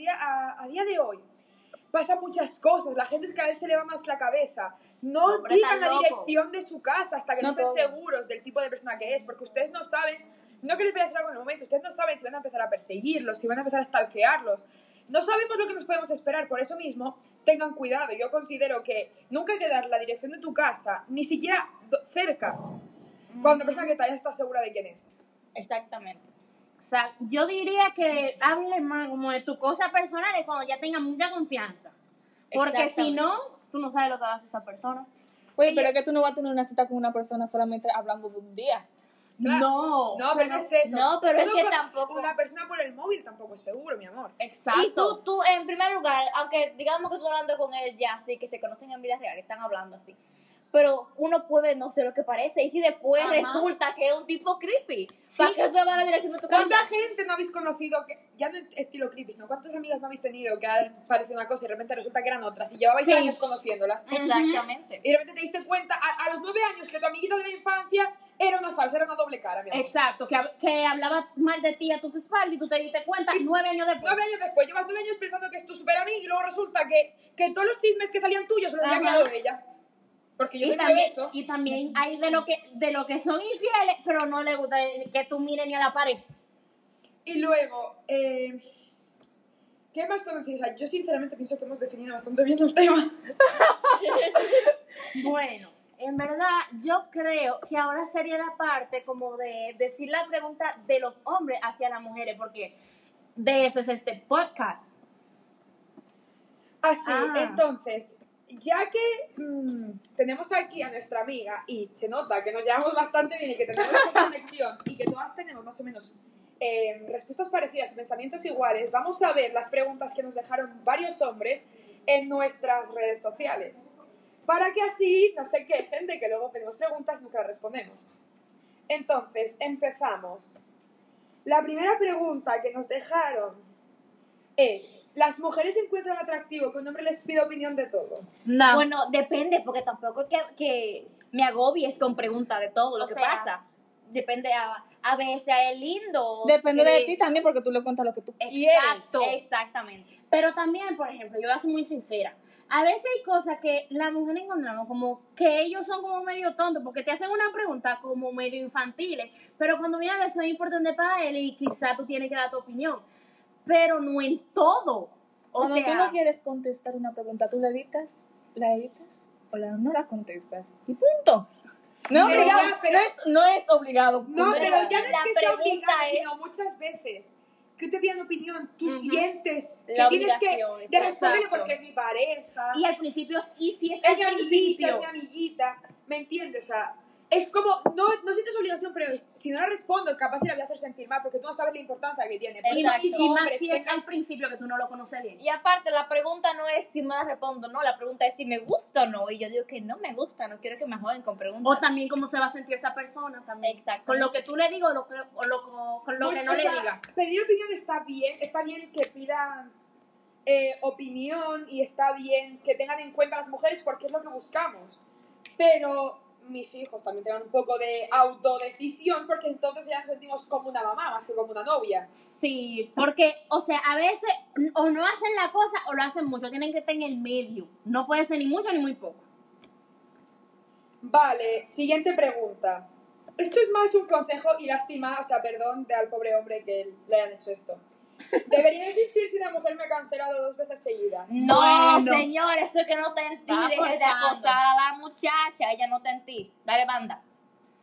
A día de hoy pasan muchas cosas, la gente es que a él se le va más la cabeza. No Hombre, digan tan la loco. dirección de su casa hasta que no No estén todo. seguros del tipo de persona que es, porque ustedes no saben, no que les voy a decir algo en el momento, ustedes no saben si van a empezar a perseguirlos, si van a empezar a stalkearlos. No sabemos lo que nos podemos esperar, por eso mismo, tengan cuidado. Yo considero que nunca hay que dar la dirección de tu casa, ni siquiera cerca, cuando la persona que está ya está segura de quién es. Exactamente. O sea, yo diría que hable más como de tu cosa personal y cuando ya tenga mucha confianza. Porque si Exactamente. no, tú no sabes lo que hace esa persona. Oye, pero es que tú no vas a tener una cita con una persona solamente hablando de un día. Claro. No, pero no es eso. No, pero es Todo que con tampoco. Una persona por el móvil tampoco es seguro, mi amor. Exacto. Y tú, en primer lugar, aunque digamos que tú hablando con él ya, así que se conocen en vida real, están hablando así. Pero uno puede no ser lo que parece. Y si después Ajá. resulta que es un tipo creepy, Sí. ¿para qué tú vas a la dirección de tu casa? ¿Cuánta gente no habéis conocido que, ya no estilo creepy, ¿no? ¿Cuántas amigas no habéis tenido que parecido una cosa y de repente resulta que eran otras y llevabais Sí. años conociéndolas? Exactamente. Y de repente te diste cuenta a los 9 años que tu amiguita de la infancia era una falsa, era una doble cara, mi amor. Exacto, que hablaba mal de ti a tus espaldas y tú te diste cuenta 9 años después. 9 años después, llevas 9 años pensando que es tu super amiga y luego resulta que todos los chismes que salían tuyos se los había Ajá. creado ella. Porque yo tengo eso. Y también hay de lo que son infieles, pero no le gusta que tú mires ni a la pared. Y luego, ¿qué más podemos decir? O sea, yo sinceramente pienso que hemos definido bastante bien el tema. Bueno, en verdad, yo creo que ahora sería la parte como de decir la pregunta de los hombres hacia las mujeres, porque de eso es este podcast. Así, Ah. entonces, ya que tenemos aquí a nuestra amiga y se nota que nos llevamos bastante bien y que tenemos mucha conexión y que todas tenemos más o menos respuestas parecidas y pensamientos iguales, vamos a ver las preguntas que nos dejaron varios hombres en nuestras redes sociales. Para que así no se quejen de que luego tenemos preguntas y nunca las respondemos. Entonces, empezamos. La primera pregunta que nos dejaron es: ¿las mujeres encuentran atractivo que un hombre les pida opinión de todo? No. Bueno, depende, porque tampoco es que me agobies con preguntas de todo lo O que sea, pasa. Depende, a veces es lindo. Depende de Sí. ti también, porque tú le cuentas lo que tú quieres. Exacto. Exactamente. Pero también, por ejemplo, yo voy a ser muy sincera. A veces hay cosas que las mujeres encontramos como que ellos son como medio tontos porque te hacen una pregunta como medio infantiles, pero cuando viene a ver eso es importante para él y quizá tú tienes que dar tu opinión, pero no en todo. O Cuando sea, tú no quieres contestar una pregunta, tú la editas o no la contestas. Y punto. No es Pero obligado. ya, pero- no es obligado. No, Pero- pero ya no es la que sea pregunta obligado, es- sino muchas veces que te pidan opinión, tú Ujú. sientes que La tienes que obligación, de responderle exacto. porque es mi pareja, y al principio, y si es es al mi amiguita, principio, es mi amiguita, ¿me entiendes? O sea, es como, no sientes obligación, pero si no la respondo, capaz te la voy a hacer sentir mal porque tú no sabes la importancia que tiene. Por eso Exacto. mismo, y más hombres, si es tengan- al principio que tú no lo conoces bien. Y aparte, la pregunta no es si me la respondo o no, la pregunta es si me gusta o no. Y yo digo que no me gusta, no quiero que me joden con preguntas. O también cómo se va a sentir esa persona también. Exacto. Con lo que tú le digas con lo que no o le sea, digas. pedir opinión está bien que pidan opinión y está bien que tengan en cuenta a las mujeres porque es lo que buscamos. Pero mis hijos también tengan un poco de autodecisión porque entonces ya nos sentimos como una mamá más que como una novia. Sí, porque, o sea, a veces o no hacen la cosa o lo hacen mucho. Tienen que estar en el medio. No puede ser ni mucho ni muy poco. Vale, siguiente pregunta. Esto es más un consejo y lástima, o sea, perdón al pobre hombre que le hayan hecho esto. ¿Debería existir si una mujer me ha cancelado 2 veces seguidas? No, Bueno. señor, eso es que no está en ti. Está Deje de forzando. acosar a la muchacha, ella no está en ti. Dale, banda.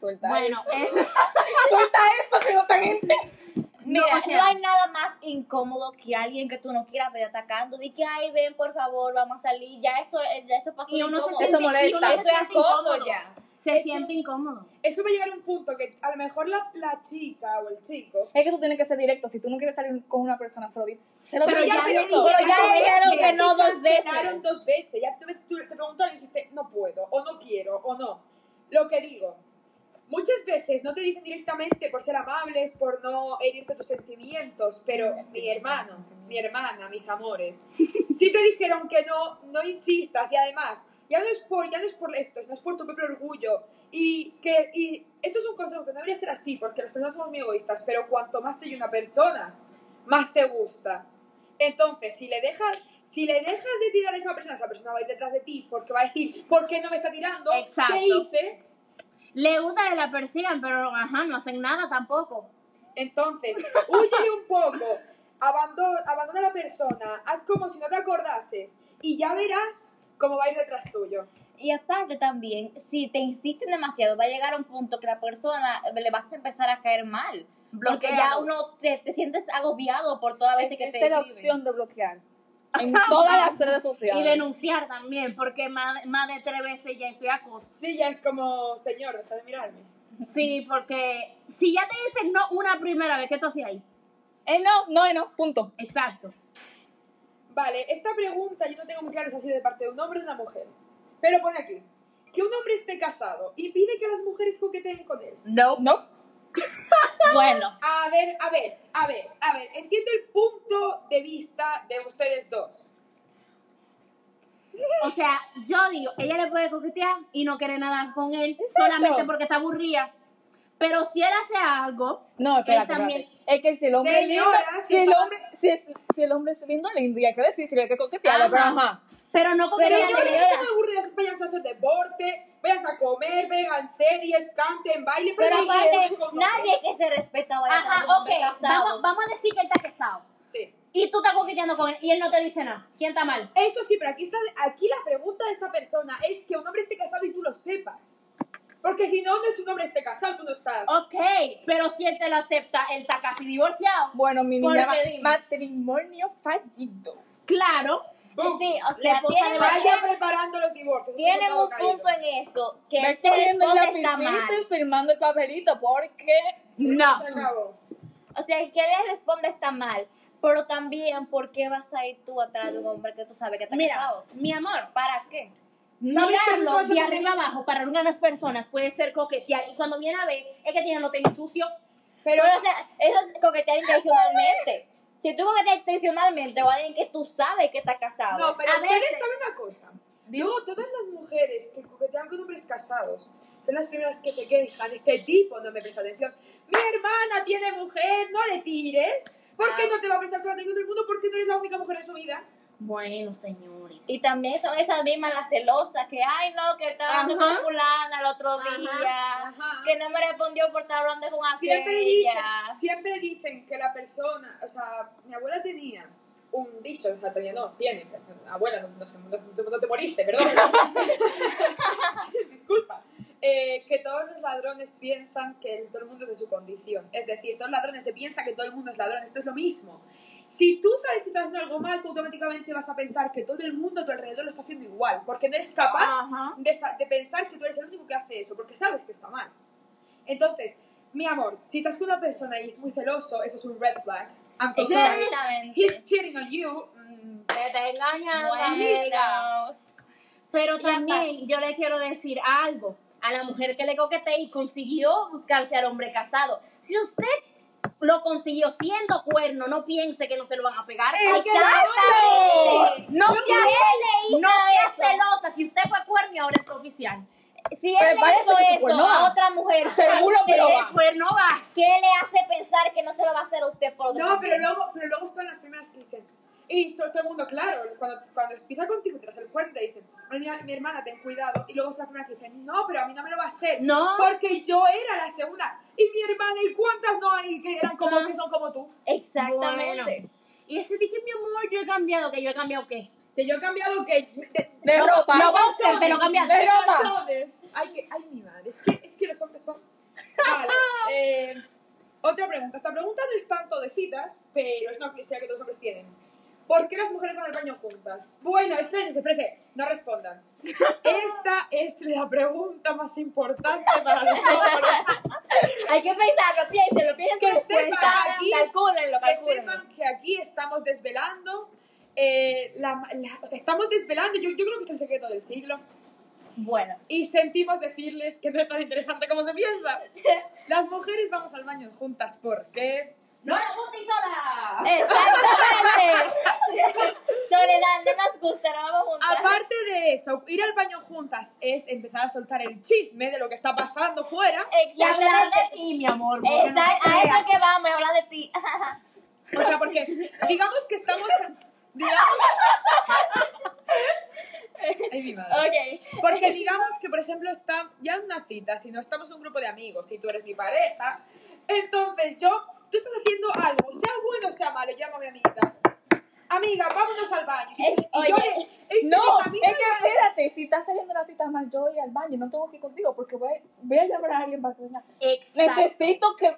Suelta Bueno, eso. es... Suelta esto, que no te gente. Mira, o sea- no hay nada más incómodo que alguien que tú no quieras ver atacando. Di que, ay, ven, por favor, vamos a salir. Ya eso pasó. Y uno se incómodo. siente, Eso molesta. y uno se Eso es siente acoso incómodo. ya. Se siente incómodo. Eso va a llegar a un punto que a lo mejor la chica o el chico... Es que tú tienes que ser directo. Si tú no quieres salir con una persona, se lo dices. Pero ya le Pero ya te dijeron que no dos veces. Quedaron 2 veces. Ya tú te preguntaron y dijiste, no puedo, o no quiero, o no. Lo que digo, muchas veces no te dicen directamente por ser amables, por no herirte tus sentimientos, pero mi hermano, mi hermana, mis amores, si te dijeron que no insistas, y además, ya no es por esto, no es por tu propio orgullo, y esto es un consejo que no debería ser así, porque las personas somos muy egoístas, pero cuanto más te oye una persona, más te gusta. Entonces, si le dejas de tirar a esa persona va a ir detrás de ti, porque va a decir, ¿por qué no me está tirando? Exacto. ¿Qué hice? Le gusta que la persigan, pero ajá, no hacen nada tampoco. Entonces, húyele un poco, abandona a la persona, haz como si no te acordases, y ya verás cómo va a ir detrás tuyo. Y aparte también, si te insisten demasiado, va a llegar a un punto que la persona le vas a empezar a caer mal. Porque ya uno te sientes agobiado por toda vez que te Esta es la escriben. opción de bloquear. En todas las redes sociales. Y denunciar también, porque más de 3 veces ya eso es acoso. Sí, ya es como, señor, deja de mirarme. Sí, porque si ya te dicen no una primera vez, ¿qué tú hacías ahí? No, punto. Exacto. Vale, esta pregunta yo no tengo muy claro si ha sido de parte de un hombre o de una mujer. Pero pone aquí, que un hombre esté casado y pide que las mujeres coqueteen con él. No. Bueno, A ver, entiendo el punto de vista de ustedes dos. O sea, yo digo, ella le puede coquetear y no quiere nada con él solamente porque está aburrida. Pero si él hace algo, No, espérate, él también... espérate. Es que si el hombre es lindo, Señora, si el hombre es lindo, y hay que decir, si hay que coquetearle, Ajá. pero ajá. Pero no coquetea. Señores, si están aburridas, váyanse a hacer deporte, váyanse a comer, vean series, canten, bailen, pero no aparte, vayan con nadie que se respeta vaya a Ajá, estar con un hombre ok. casado. Vamos a decir que él está casado. Sí. Y tú estás coqueteando con él y él no te dice nada. ¿Quién está mal? Eso sí, pero aquí la pregunta de esta persona es que un hombre esté casado y tú lo sepas. Porque si no, no es un hombre esté casado, tú no estás. Ok, pero si él te lo acepta, él está casi divorciado. Bueno, mi ¿Por niña, qué? Dime. matrimonio fallido. Claro. Sí, o La sea, esposa de Vaya preparando los divorcios. tienen eso un todo caído. punto en eso, que Ve él te cogiendo el responde está lapicito mal. y firmando el papelito, porque... No. Se acabó. O sea, el que le responde está mal. Pero también, ¿por qué vas a ir tú atrás de un hombre que tú sabes que está Mira, casado? mi amor, ¿Para qué? ¿Sabes qué mirarlo pasa de con arriba abajo para algunas personas puede ser coquetear. Y cuando viene a ver, es que tienen los tenis sucios. Pero, Pero, o sea, eso es coquetear intencionalmente. Si tú coqueteas intencionalmente o alguien que tú sabes que está casado. no, pero a ustedes veces- saben una cosa. Luego, todas las mujeres que coquetean con hombres casados son las primeras que se quejan. Este tipo no me presta atención. Mi hermana tiene mujer, no le tires. ¿Por qué no te va a prestar toda la atención del mundo? Porque no eres la única mujer en su vida. Bueno, señores. Y también son esas mismas las celosas que, ay no, que estaba hablando Ajá. con fulana el otro Ajá, día, ajá. que no me respondió por estar hablando con Siempre aquella. dicen que la persona, o sea, mi abuela tenía un dicho, o sea, tiene, abuela, no te moriste, perdón. Disculpa. Que todos los ladrones piensan que todo el mundo es de su condición. Es decir, todos los ladrones se piensan que todo el mundo es ladrón. Esto es lo mismo. Si tú sabes que estás haciendo algo mal, tú automáticamente vas a pensar que todo el mundo a tu alrededor lo está haciendo igual, porque no eres capaz Ajá. de pensar que tú eres el único que hace eso, porque sabes que está mal. Entonces, mi amor, si estás con una persona y es muy celoso, eso es un red flag. I'm so sorry. Exactamente. He's cheating on you. Que te engañan, Bueno. Pero Y también yo le quiero decir algo a la mujer que le coqueteó y consiguió buscarse al hombre casado. Si usted lo consiguió siendo cuerno, no piense que no se lo van a pegar. Exactamente. No Si sea él le no hizo sea eso. celosa. Si usted fue cuerno y ahora es oficial. Si Pero él le parece hizo que tu eso cuerno a va. otra mujer, Seguro que lo ¿qué- va. Cuerno va. ¿qué le hace pensar que no se lo va a hacer a usted por otro No, pero también? luego son las primeras que dicen. Y todo el mundo, claro, cuando empieza contigo tras el cuerno te dicen, mi hermana, ten cuidado. Y luego son las primeras que dicen, no, pero a mí no me lo va a hacer. No. Porque yo era la segunda. Y mi hermana, ¿y cuántas no hay que eran como que son como tú? Exactamente. Bueno. Y ese dije, mi amor, yo he cambiado. ¿Que yo he cambiado qué? Que yo he cambiado que... De ropa. Lo boxer, te lo cambiaste. De ropa. Calzones. Ay, mi madre. Es que los hombres son Vale. Otra pregunta. Esta pregunta no es tanto de citas, pero es una curiosidad que todos los hombres tienen. ¿Por qué las mujeres van al baño juntas? Bueno, espérense, no respondan. Esta es la pregunta más importante para los hombres. Hay que pensarlo, piénsenlo Que sepan calcúlenlo. que sepan que aquí estamos desvelando, o sea, estamos desvelando, yo creo que es el secreto del siglo. Bueno. Y sentimos decirles que no es tan interesante como se piensa. Las mujeres vamos al baño juntas porque... ¡No la gusta y sola! Exactamente. Soledad, no nos gusta, no vamos juntas. Aparte de eso, ir al baño juntas es empezar a soltar el chisme de lo que está pasando fuera. Y hablar Exactamente. de ti, mi amor. porque no A te creas. eso que vamos, a hablar de ti. O sea, porque digamos que estamos... Ay, mi madre. Ok. Porque digamos que, por ejemplo, está ya en una cita, si no estamos en un grupo de amigos, y tú eres mi pareja, entonces tú estás haciendo algo, sea bueno o sea malo, llamo a mi amiga. Amiga, vámonos al baño. Oye, No, es que espérate, si estás saliendo una cita mal, yo voy al baño, no tengo que ir contigo porque voy a llamar a alguien para que venga. Exacto. Necesito que...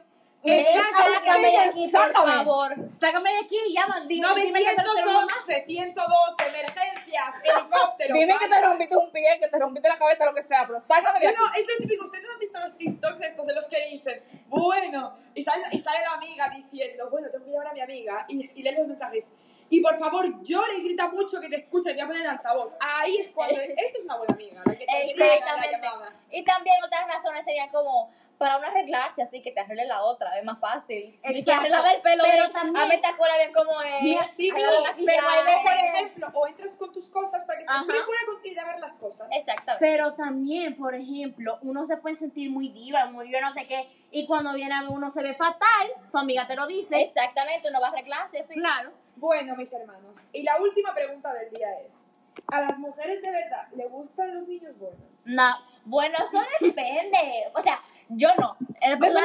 sácame de aquí, por Sácame. favor. Sácame de aquí y llama. Dime que te lo tengo más. 911, 112, emergencias, helicóptero. Dime que te rompiste un pie, que te rompiste la cabeza, lo que sea, pero sácame de aquí. No, es lo típico. Ustedes han visto los TikToks estos en los que dicen, bueno, y sale la amiga diciendo, bueno, tengo que llamar a mi amiga, y lee los mensajes. Y por favor, llora y grita mucho que te escuchen y ya ponen el altavoz. Ahí es cuando... Eso es una buena amiga, la que te grita la Exactamente. llamada. Y también otras razones serían como para uno arreglarse, así que te arregle la otra, es más fácil. Y que arreglaba el pelo, Pero bien, también- a mí te acuerdas bien cómo es. Mira, Sí, arreglar el pero hay maquillaje. veces, por ejemplo, o entras con tus cosas para que estés Ajá. fuera contigo a ver las cosas. Exactamente. Pero también, por ejemplo, uno se puede sentir muy diva, muy yo no sé qué, y cuando viene a ver uno se ve fatal, tu amiga te lo dice. Exactamente, uno va a arreglarse, así. Claro. Bueno, mis hermanos, y la última pregunta del día es, ¿a las mujeres de verdad le gustan los niños buenos? No. Bueno, eso depende. O sea, yo no. Es verdad,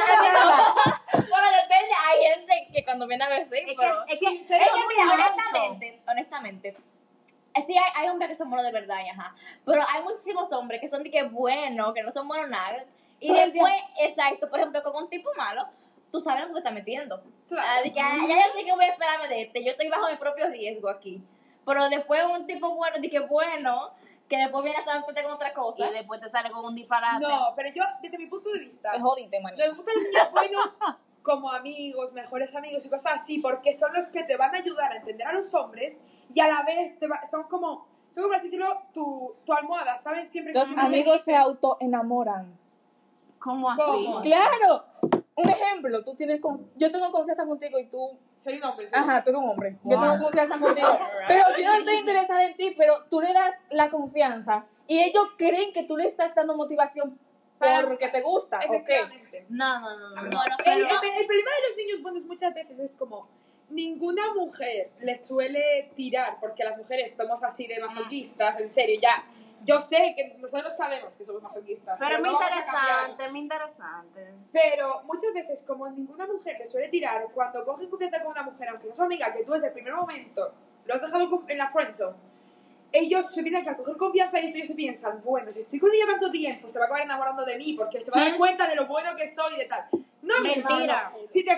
Bueno, depende. Hay gente que cuando viene a ver sí, pero... es que Es que, muy mira, amoroso. honestamente, sí hay hombres que son buenos de verdad, y ajá. Pero hay muchísimos hombres que son de que buenos, que no son buenos nada. Y Todo el después, exacto, por ejemplo, con un tipo malo, tú sabes lo que te estás metiendo. Claro. De que ya yo sé que voy a esperarme de este, yo estoy bajo mi propio riesgo aquí. Pero después un tipo bueno, de que bueno, que después viene a estar con otra cosa. Y después te sale con un disparate. No, pero yo, desde mi punto de vista, Me jodiste, manito. les gustan los niños buenos como amigos, mejores amigos y cosas así, porque son los que te van a ayudar a entender a los hombres y a la vez son como así decirlo, tu almohada, ¿sabes? Siempre que Los una mujer amigos dice, se autoenamoran. ¿Cómo así? ¿Cómo? ¡Claro! Un ejemplo, yo tengo confianza contigo y tú... soy un hombre, ¿sí? Ajá, tú eres un hombre. Yo Wow. tengo confianza contigo. Pero yo no estoy interesada en ti, pero tú le das la confianza y ellos creen que tú le estás dando motivación porque te gusta. ¿Ok? Efectivamente. No. Bueno, El pero... problema de los niños buenos muchas veces es como ninguna mujer les suele tirar, porque las mujeres somos así de masoquistas, en serio, ya. Yo sé que nosotros sabemos que somos masoquistas. Pero es muy no vamos a cambiar. interesante, muy interesante. Pero muchas veces, como ninguna mujer le suele tirar, cuando cogen confianza con una mujer, aunque sea su amiga, que tú desde el primer momento lo has dejado en la friendzone, ellos se piensan que al coger confianza ellos se piensan, bueno, si estoy con ella tanto tiempo, se va a acabar enamorando de mí, porque se va a dar cuenta de lo bueno que soy y de tal. No, mi Mentira. hermano. Si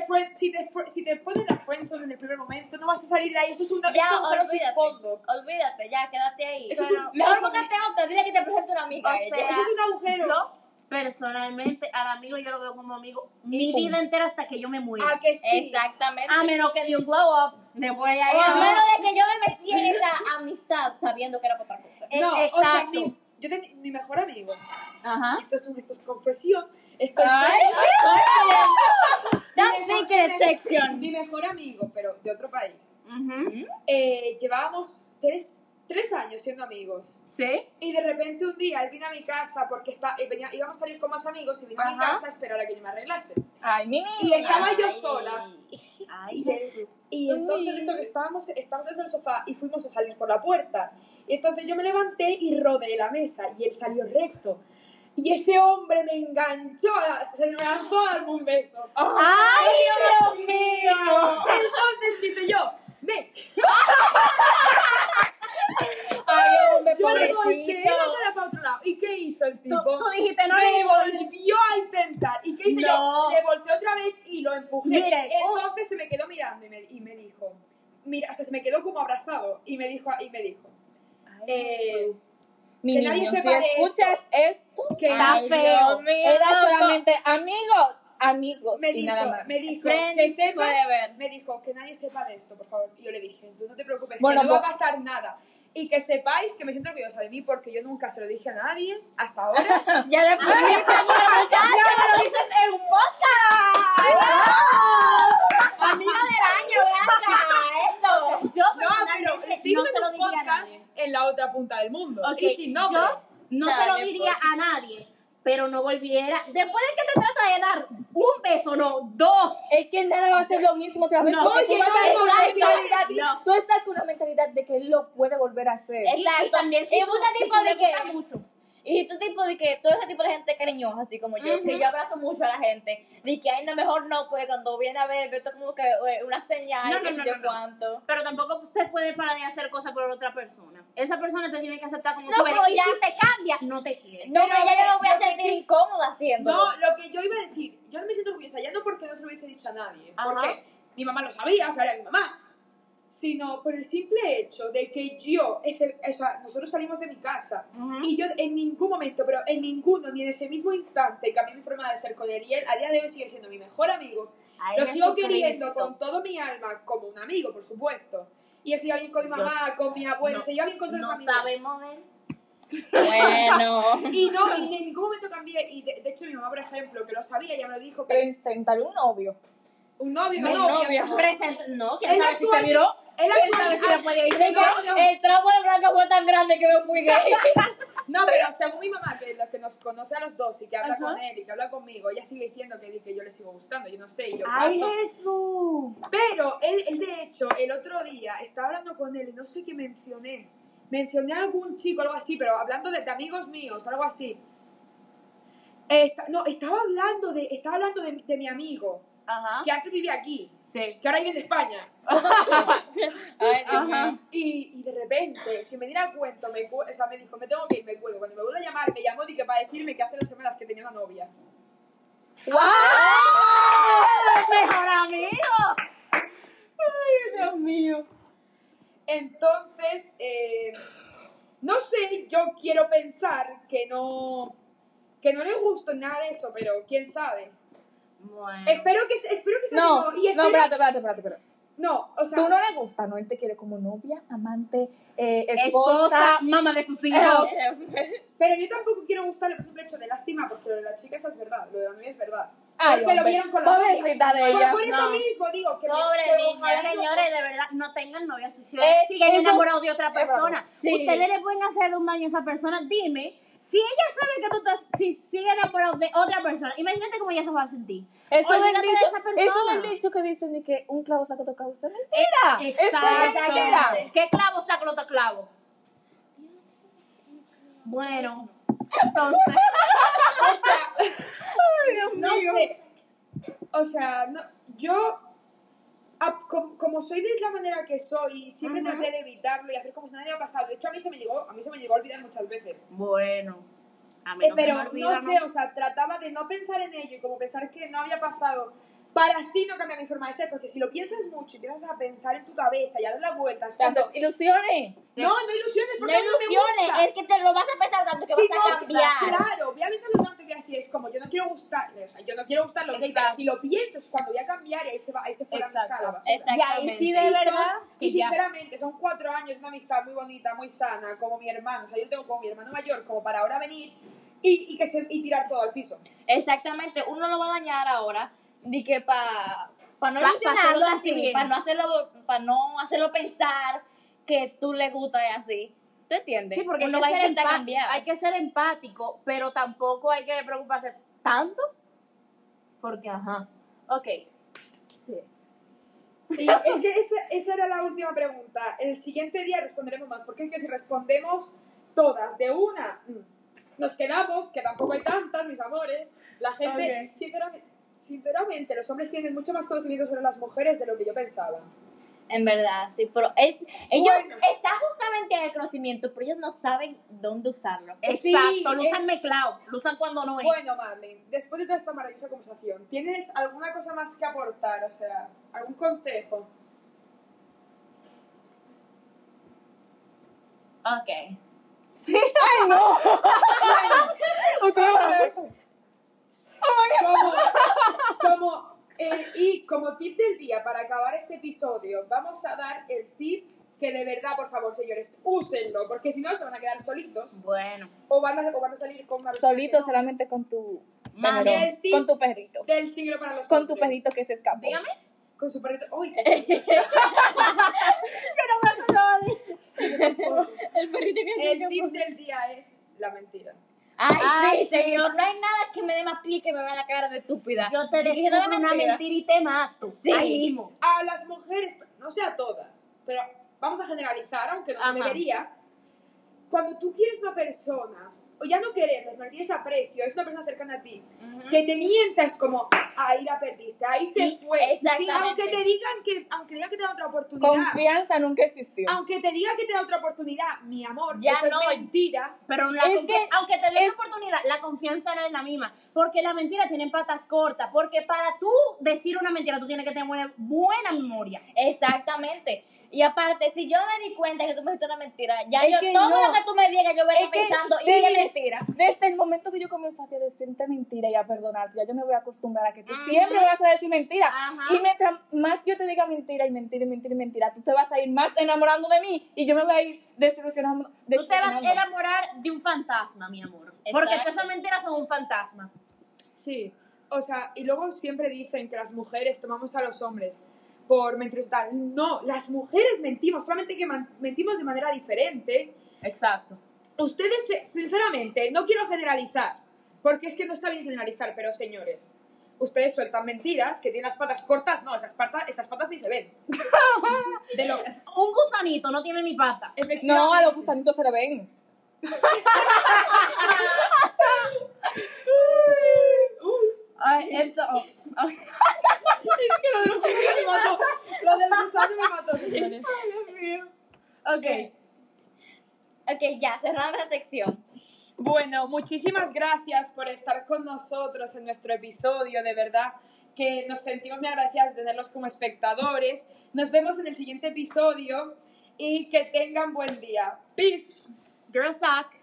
te ponen la friendzone en el primer momento, no vas a salir de ahí. Eso es un Ya, agujero sin olvídate. fondo. Olvídate, ya, quédate ahí. Eso es Pero un- mejor eso es- búscate otra, dile que te presente una amiga. O a ella. sea, Eso es un agujero. Yo, personalmente, al amigo yo lo veo como amigo mi punto. vida entera hasta que yo me muera. ¿A que sí? Exactamente. A menos que de un glow up, después ya O a no. menos de que yo me metí en esa amistad sabiendo que era por otra cosa. No, o sea, Exacto. mi mejor amigo. Ajá. Esto es confesión. Esto es That secret section. mi mejor amigo, pero de otro país. Ujú. Llevábamos tres años siendo amigos. ¿Sí? Y de repente un día él vino a mi casa porque íbamos a salir con más amigos y vino a mi Ajá. casa a esperar a que yo me arreglase. Ay, Mimi. Y estaba yo sola. Ay, Y entonces esto que estábamos en el sofá y fuimos a salir por la puerta. Y entonces yo me levanté y rodeé la mesa y él salió recto. Y ese hombre me enganchó, se me lanzó a darme un beso. ¡Ay, Dios mío! Entonces dice yo, Snake. Ay, hombre, Yo le golpeé pobrecito. la cara para otro lado. ¿Y qué qué hizo el tipo? Tú dijiste, no me le volvió a intentar. ¿Y qué hice No. yo? Le volteé otra vez y lo empujé. Mire, Entonces se me quedó mirando y me dijo, mira, o sea, se me quedó como abrazado y me dijo, Mi que niño, nadie si sepa de escuchas esto, que Está Ay, feo. Dios mío, era loco. solamente amigos me y dijo, nada más. me dijo Friends que sepas, forever. me dijo que nadie sepa de esto, por favor. Y yo le dije, tú no te preocupes, Bueno, que no va a pues- pasar nada. Y que sepáis que me siento orgullosa de mí porque yo nunca se lo dije a nadie hasta ahora. Ya le pusiste ¡Ya me lo dices en un podcast! amiga del año, venga, eso. Yo No, pero personalmente estoy no se viendo lo un diría a nadie. podcast en la otra punta del mundo. Ok, Y sin nombre. yo no se lo diría a nadie, pero no volviera. Después de que te trata de dar un beso, no, dos. Es que nada va a ser lo mismo otra vez. No, porque tú oye, vas a ir no, con la no, mentalidad. no. Tú estás con la mentalidad de que él lo puede volver a hacer. Exacto. Y también si Y tú, mucho si tipo tú de le que- gusta mucho. Y tú tipo de que todo ese tipo de gente cariñosa, así como yo, que yo abrazo mucho a la gente, de que ay no mejor no, pues cuando viene a ver, esto como que una señal, No, que no, sé no, yo no, no. cuánto. Pero tampoco usted puede parar de hacer cosas por otra persona. Esa persona te tiene que aceptar como No, tú eres. pero Y ya- si te cambia, no te quiere. No, Pero, pero ya yo me voy a lo que sentir yo- incómoda haciéndolo. No, lo que yo iba a decir, yo no me siento orgullosa, ya no porque no se lo hubiese dicho a nadie, Ajá. porque mi mamá lo sabía, o sea, era mi mamá, sino por el simple hecho de que o sea, nosotros salimos de mi casa y yo en ningún momento, pero en ninguno, ni en ese mismo instante cambié mi forma de ser con él y él a día de hoy sigue siendo mi mejor amigo. Ay, Lo sigo Jesucristo. queriendo con todo mi alma, como un amigo, por supuesto. Y él se lleva bien con mi mamá, con mi abuela, no- se lleva bien con todo No el familia. sabemos de él. Bueno. Y no, y en ningún momento cambié. Y de hecho, mi mamá, por ejemplo, que lo sabía, ya me lo dijo, que es Presentarle un novio. un novio, una Un novia. novio. No, quién Él sabe si se actual- miró. Él ¿Quién sabe si actual- le podía ir? De que no. el trapo de blanca fue tan grande que me fui gay. No, pero según mi mamá, que lo que nos conoce a los dos y que habla Ajá. con él y que habla conmigo, ella sigue diciendo que yo le sigo gustando. Yo no sé, y yo ¡Ay, paso. Jesús! Pero él, de hecho, el otro día estaba hablando con él y no sé qué mencioné. Mencioné a algún chico, algo así, pero hablando de amigos míos, algo así. Estaba hablando de mi amigo, Ajá. que antes vivía aquí, Sí. que ahora vive en España. Ay, Dios mío. Y de repente, sin venir a cuento, me dijo, me tengo que ir, me cuelgo. Cuando me vuelve a llamar, me llamó para decirme que hace 2 semanas que tenía una novia. ¡Mejor amigo! ¡Ay, Dios mío! Entonces, no sé, yo quiero pensar que no le gusta nada de eso, pero quién sabe. Bueno. Espero que sea No, que y no, espero- espérate. No, o sea, Tú no le gusta, ¿no? Él te quiere como novia, amante, Esposa, esposa. mamá de sus hijos. pero yo tampoco quiero gustarle por simple hecho de lástima, porque lo de la chica esa es verdad, lo de la novia es verdad. Ay, Porque lo hombre, vieron con la novia. pobrecita de Pues ella. por eso No. mismo digo que Pobre que niña, ojalá yo- Señores, de verdad, no tengan novia si Eh, siguen eso- enamorados de otra es verdad. persona. Sí. Ustedes le pueden hacer un daño a esa persona. Dime, si ella sabe que tú estás, si sigue enamorado de otra persona, imagínate cómo ella se va a sentir. Eso Olvídate del de dicho, esa persona. eso del dicho que dicen de que un clavo saca otro clavo. ¿Es mentira? Exactamente. ¿Qué clavo saca el otro clavo? Bueno, entonces. O sea, no sé. O sea, yo, como soy de la manera que soy, siempre traté de evitarlo y hacer como si nada había pasado. De hecho, a mí se me llegó a olvidar muchas veces. Bueno. A mí no se Pero me olvida, no sé, o sea, trataba de no pensar en ello y como pensar que no había pasado para así no cambiar mi forma de ser, porque si lo piensas mucho y empiezas a pensar en tu cabeza y a dar las vueltas, ¿Te cuando... haces ilusiones? No ilusiones, No porque a mí no me ilusiones, gusta. es que te lo vas a pensar tanto que Sí, vas a cambiar. Claro, voy a pensarlo tanto que voy a decir, es como yo no quiero gustarle, o sea, yo no quiero gustar los gays, pero Exacto. si lo pienso es cuando voy a cambiar y ahí se fue la amistad a la basura. Y ahí sí de Y son- verdad. y que ya. sinceramente son 4 años de una amistad muy bonita, muy sana, como mi hermano, o sea, yo lo tengo como mi hermano mayor, como para ahora venir y tirar todo al piso. Exactamente, uno lo va a dañar ahora, de que para no Pa ilusionarlo hacerlo así, sentir bien. para no hacerlo pensar que tú le gusta y así. ¿Tú entiendes? Sí, porque uno hay va que, a ser intentar cambiar. hay que ser empático, pero tampoco hay que preocuparse tanto. Porque, ajá. Ok. Sí. Y es que esa era la última pregunta. El siguiente día responderemos más, porque es que si respondemos todas de una, nos quedamos, que tampoco hay tantas, mis amores. La gente, sinceramente, los hombres tienen mucho más conocimiento sobre las mujeres de lo que yo pensaba. En verdad, sí, pero ellos Bueno. están justamente tienen el conocimiento, pero ellos no saben dónde usarlo. Exacto, lo usan mezclado, lo usan cuando no es. Bueno, Marlene, después de toda esta maravillosa conversación, ¿tienes alguna cosa más que aportar? O sea, ¿algún consejo? Ok. ¡Ay, no! Y como tip del día, para acabar este episodio, vamos a dar el tip que de verdad, por favor, señores, úsenlo, porque si no se van a quedar solitos Bueno. o van a salir con una Solito solamente con tu Mami, perro, el tip con tu perrito. del siglo para los Con tu hombres. perrito que se escapó. Dígame. Con su perrito. Uy, El perrito que el tip del día es la mentira. Ay, sí, señor, no hay nada que me dé más pie que me vea la cara de estúpida. Yo te Diciendo descubro una mentira y te mato. Sí. Ahí mismo. A las mujeres, no sé a todas, pero vamos a generalizar, aunque no se Ajá. debería. Cuando tú quieres una persona, o ya no quererla, no le tienes aprecio, es una persona cercana a ti, que te mientas como, ahí la perdiste, ahí se Sí, fue. exactamente. Aunque te digan que te da otra oportunidad. Confianza nunca existió. Aunque te diga que te da otra oportunidad, mi amor, Ya eso no. es mentira. Pero aunque te dé la oportunidad, la confianza no es la misma. Porque la mentira tiene patas cortas. Porque para tú decir una mentira, tú tienes que tener buena memoria. Exactamente. Y aparte, si yo me di cuenta que tú me dijiste una mentira, ya Es yo que todo no. lo que tú me digas, yo voy a Es estar que pensando, sí. y es mentira. Desde el momento que yo comenzaste a decirte mentira y a perdonarte, ya yo me voy a acostumbrar a que tú siempre me vas a decir mentira. Ajá. Y mientras más yo te diga mentira y mentira y mentira y mentira, tú te vas a ir más enamorando de mí y yo me voy a ir desilusionando. Tú te vas a enamorar de un fantasma, mi amor. Porque Exacto. todas esas mentiras son un fantasma. Sí, o sea, y luego siempre dicen que las mujeres tomamos a los hombres por mentir tal. No, las mujeres mentimos, solamente que mentimos de manera diferente. Exacto. Ustedes, sinceramente, no quiero generalizar, porque es que no está bien generalizar, pero señores, ustedes sueltan mentiras, que tienen las patas cortas, no, esas patas ni se ven. De lo que Un gusanito no tiene ni pata. No, a los gusanitos se le ven. Ay, esto. Lo del gusano me mató, señores. Ok. Ok, ya, cerramos la sección. Bueno, muchísimas gracias por estar con nosotros en nuestro episodio, de verdad que nos sentimos muy agradecidas de tenerlos como espectadores. Nos vemos en el siguiente episodio y que tengan buen día. Peace. Girl Sock.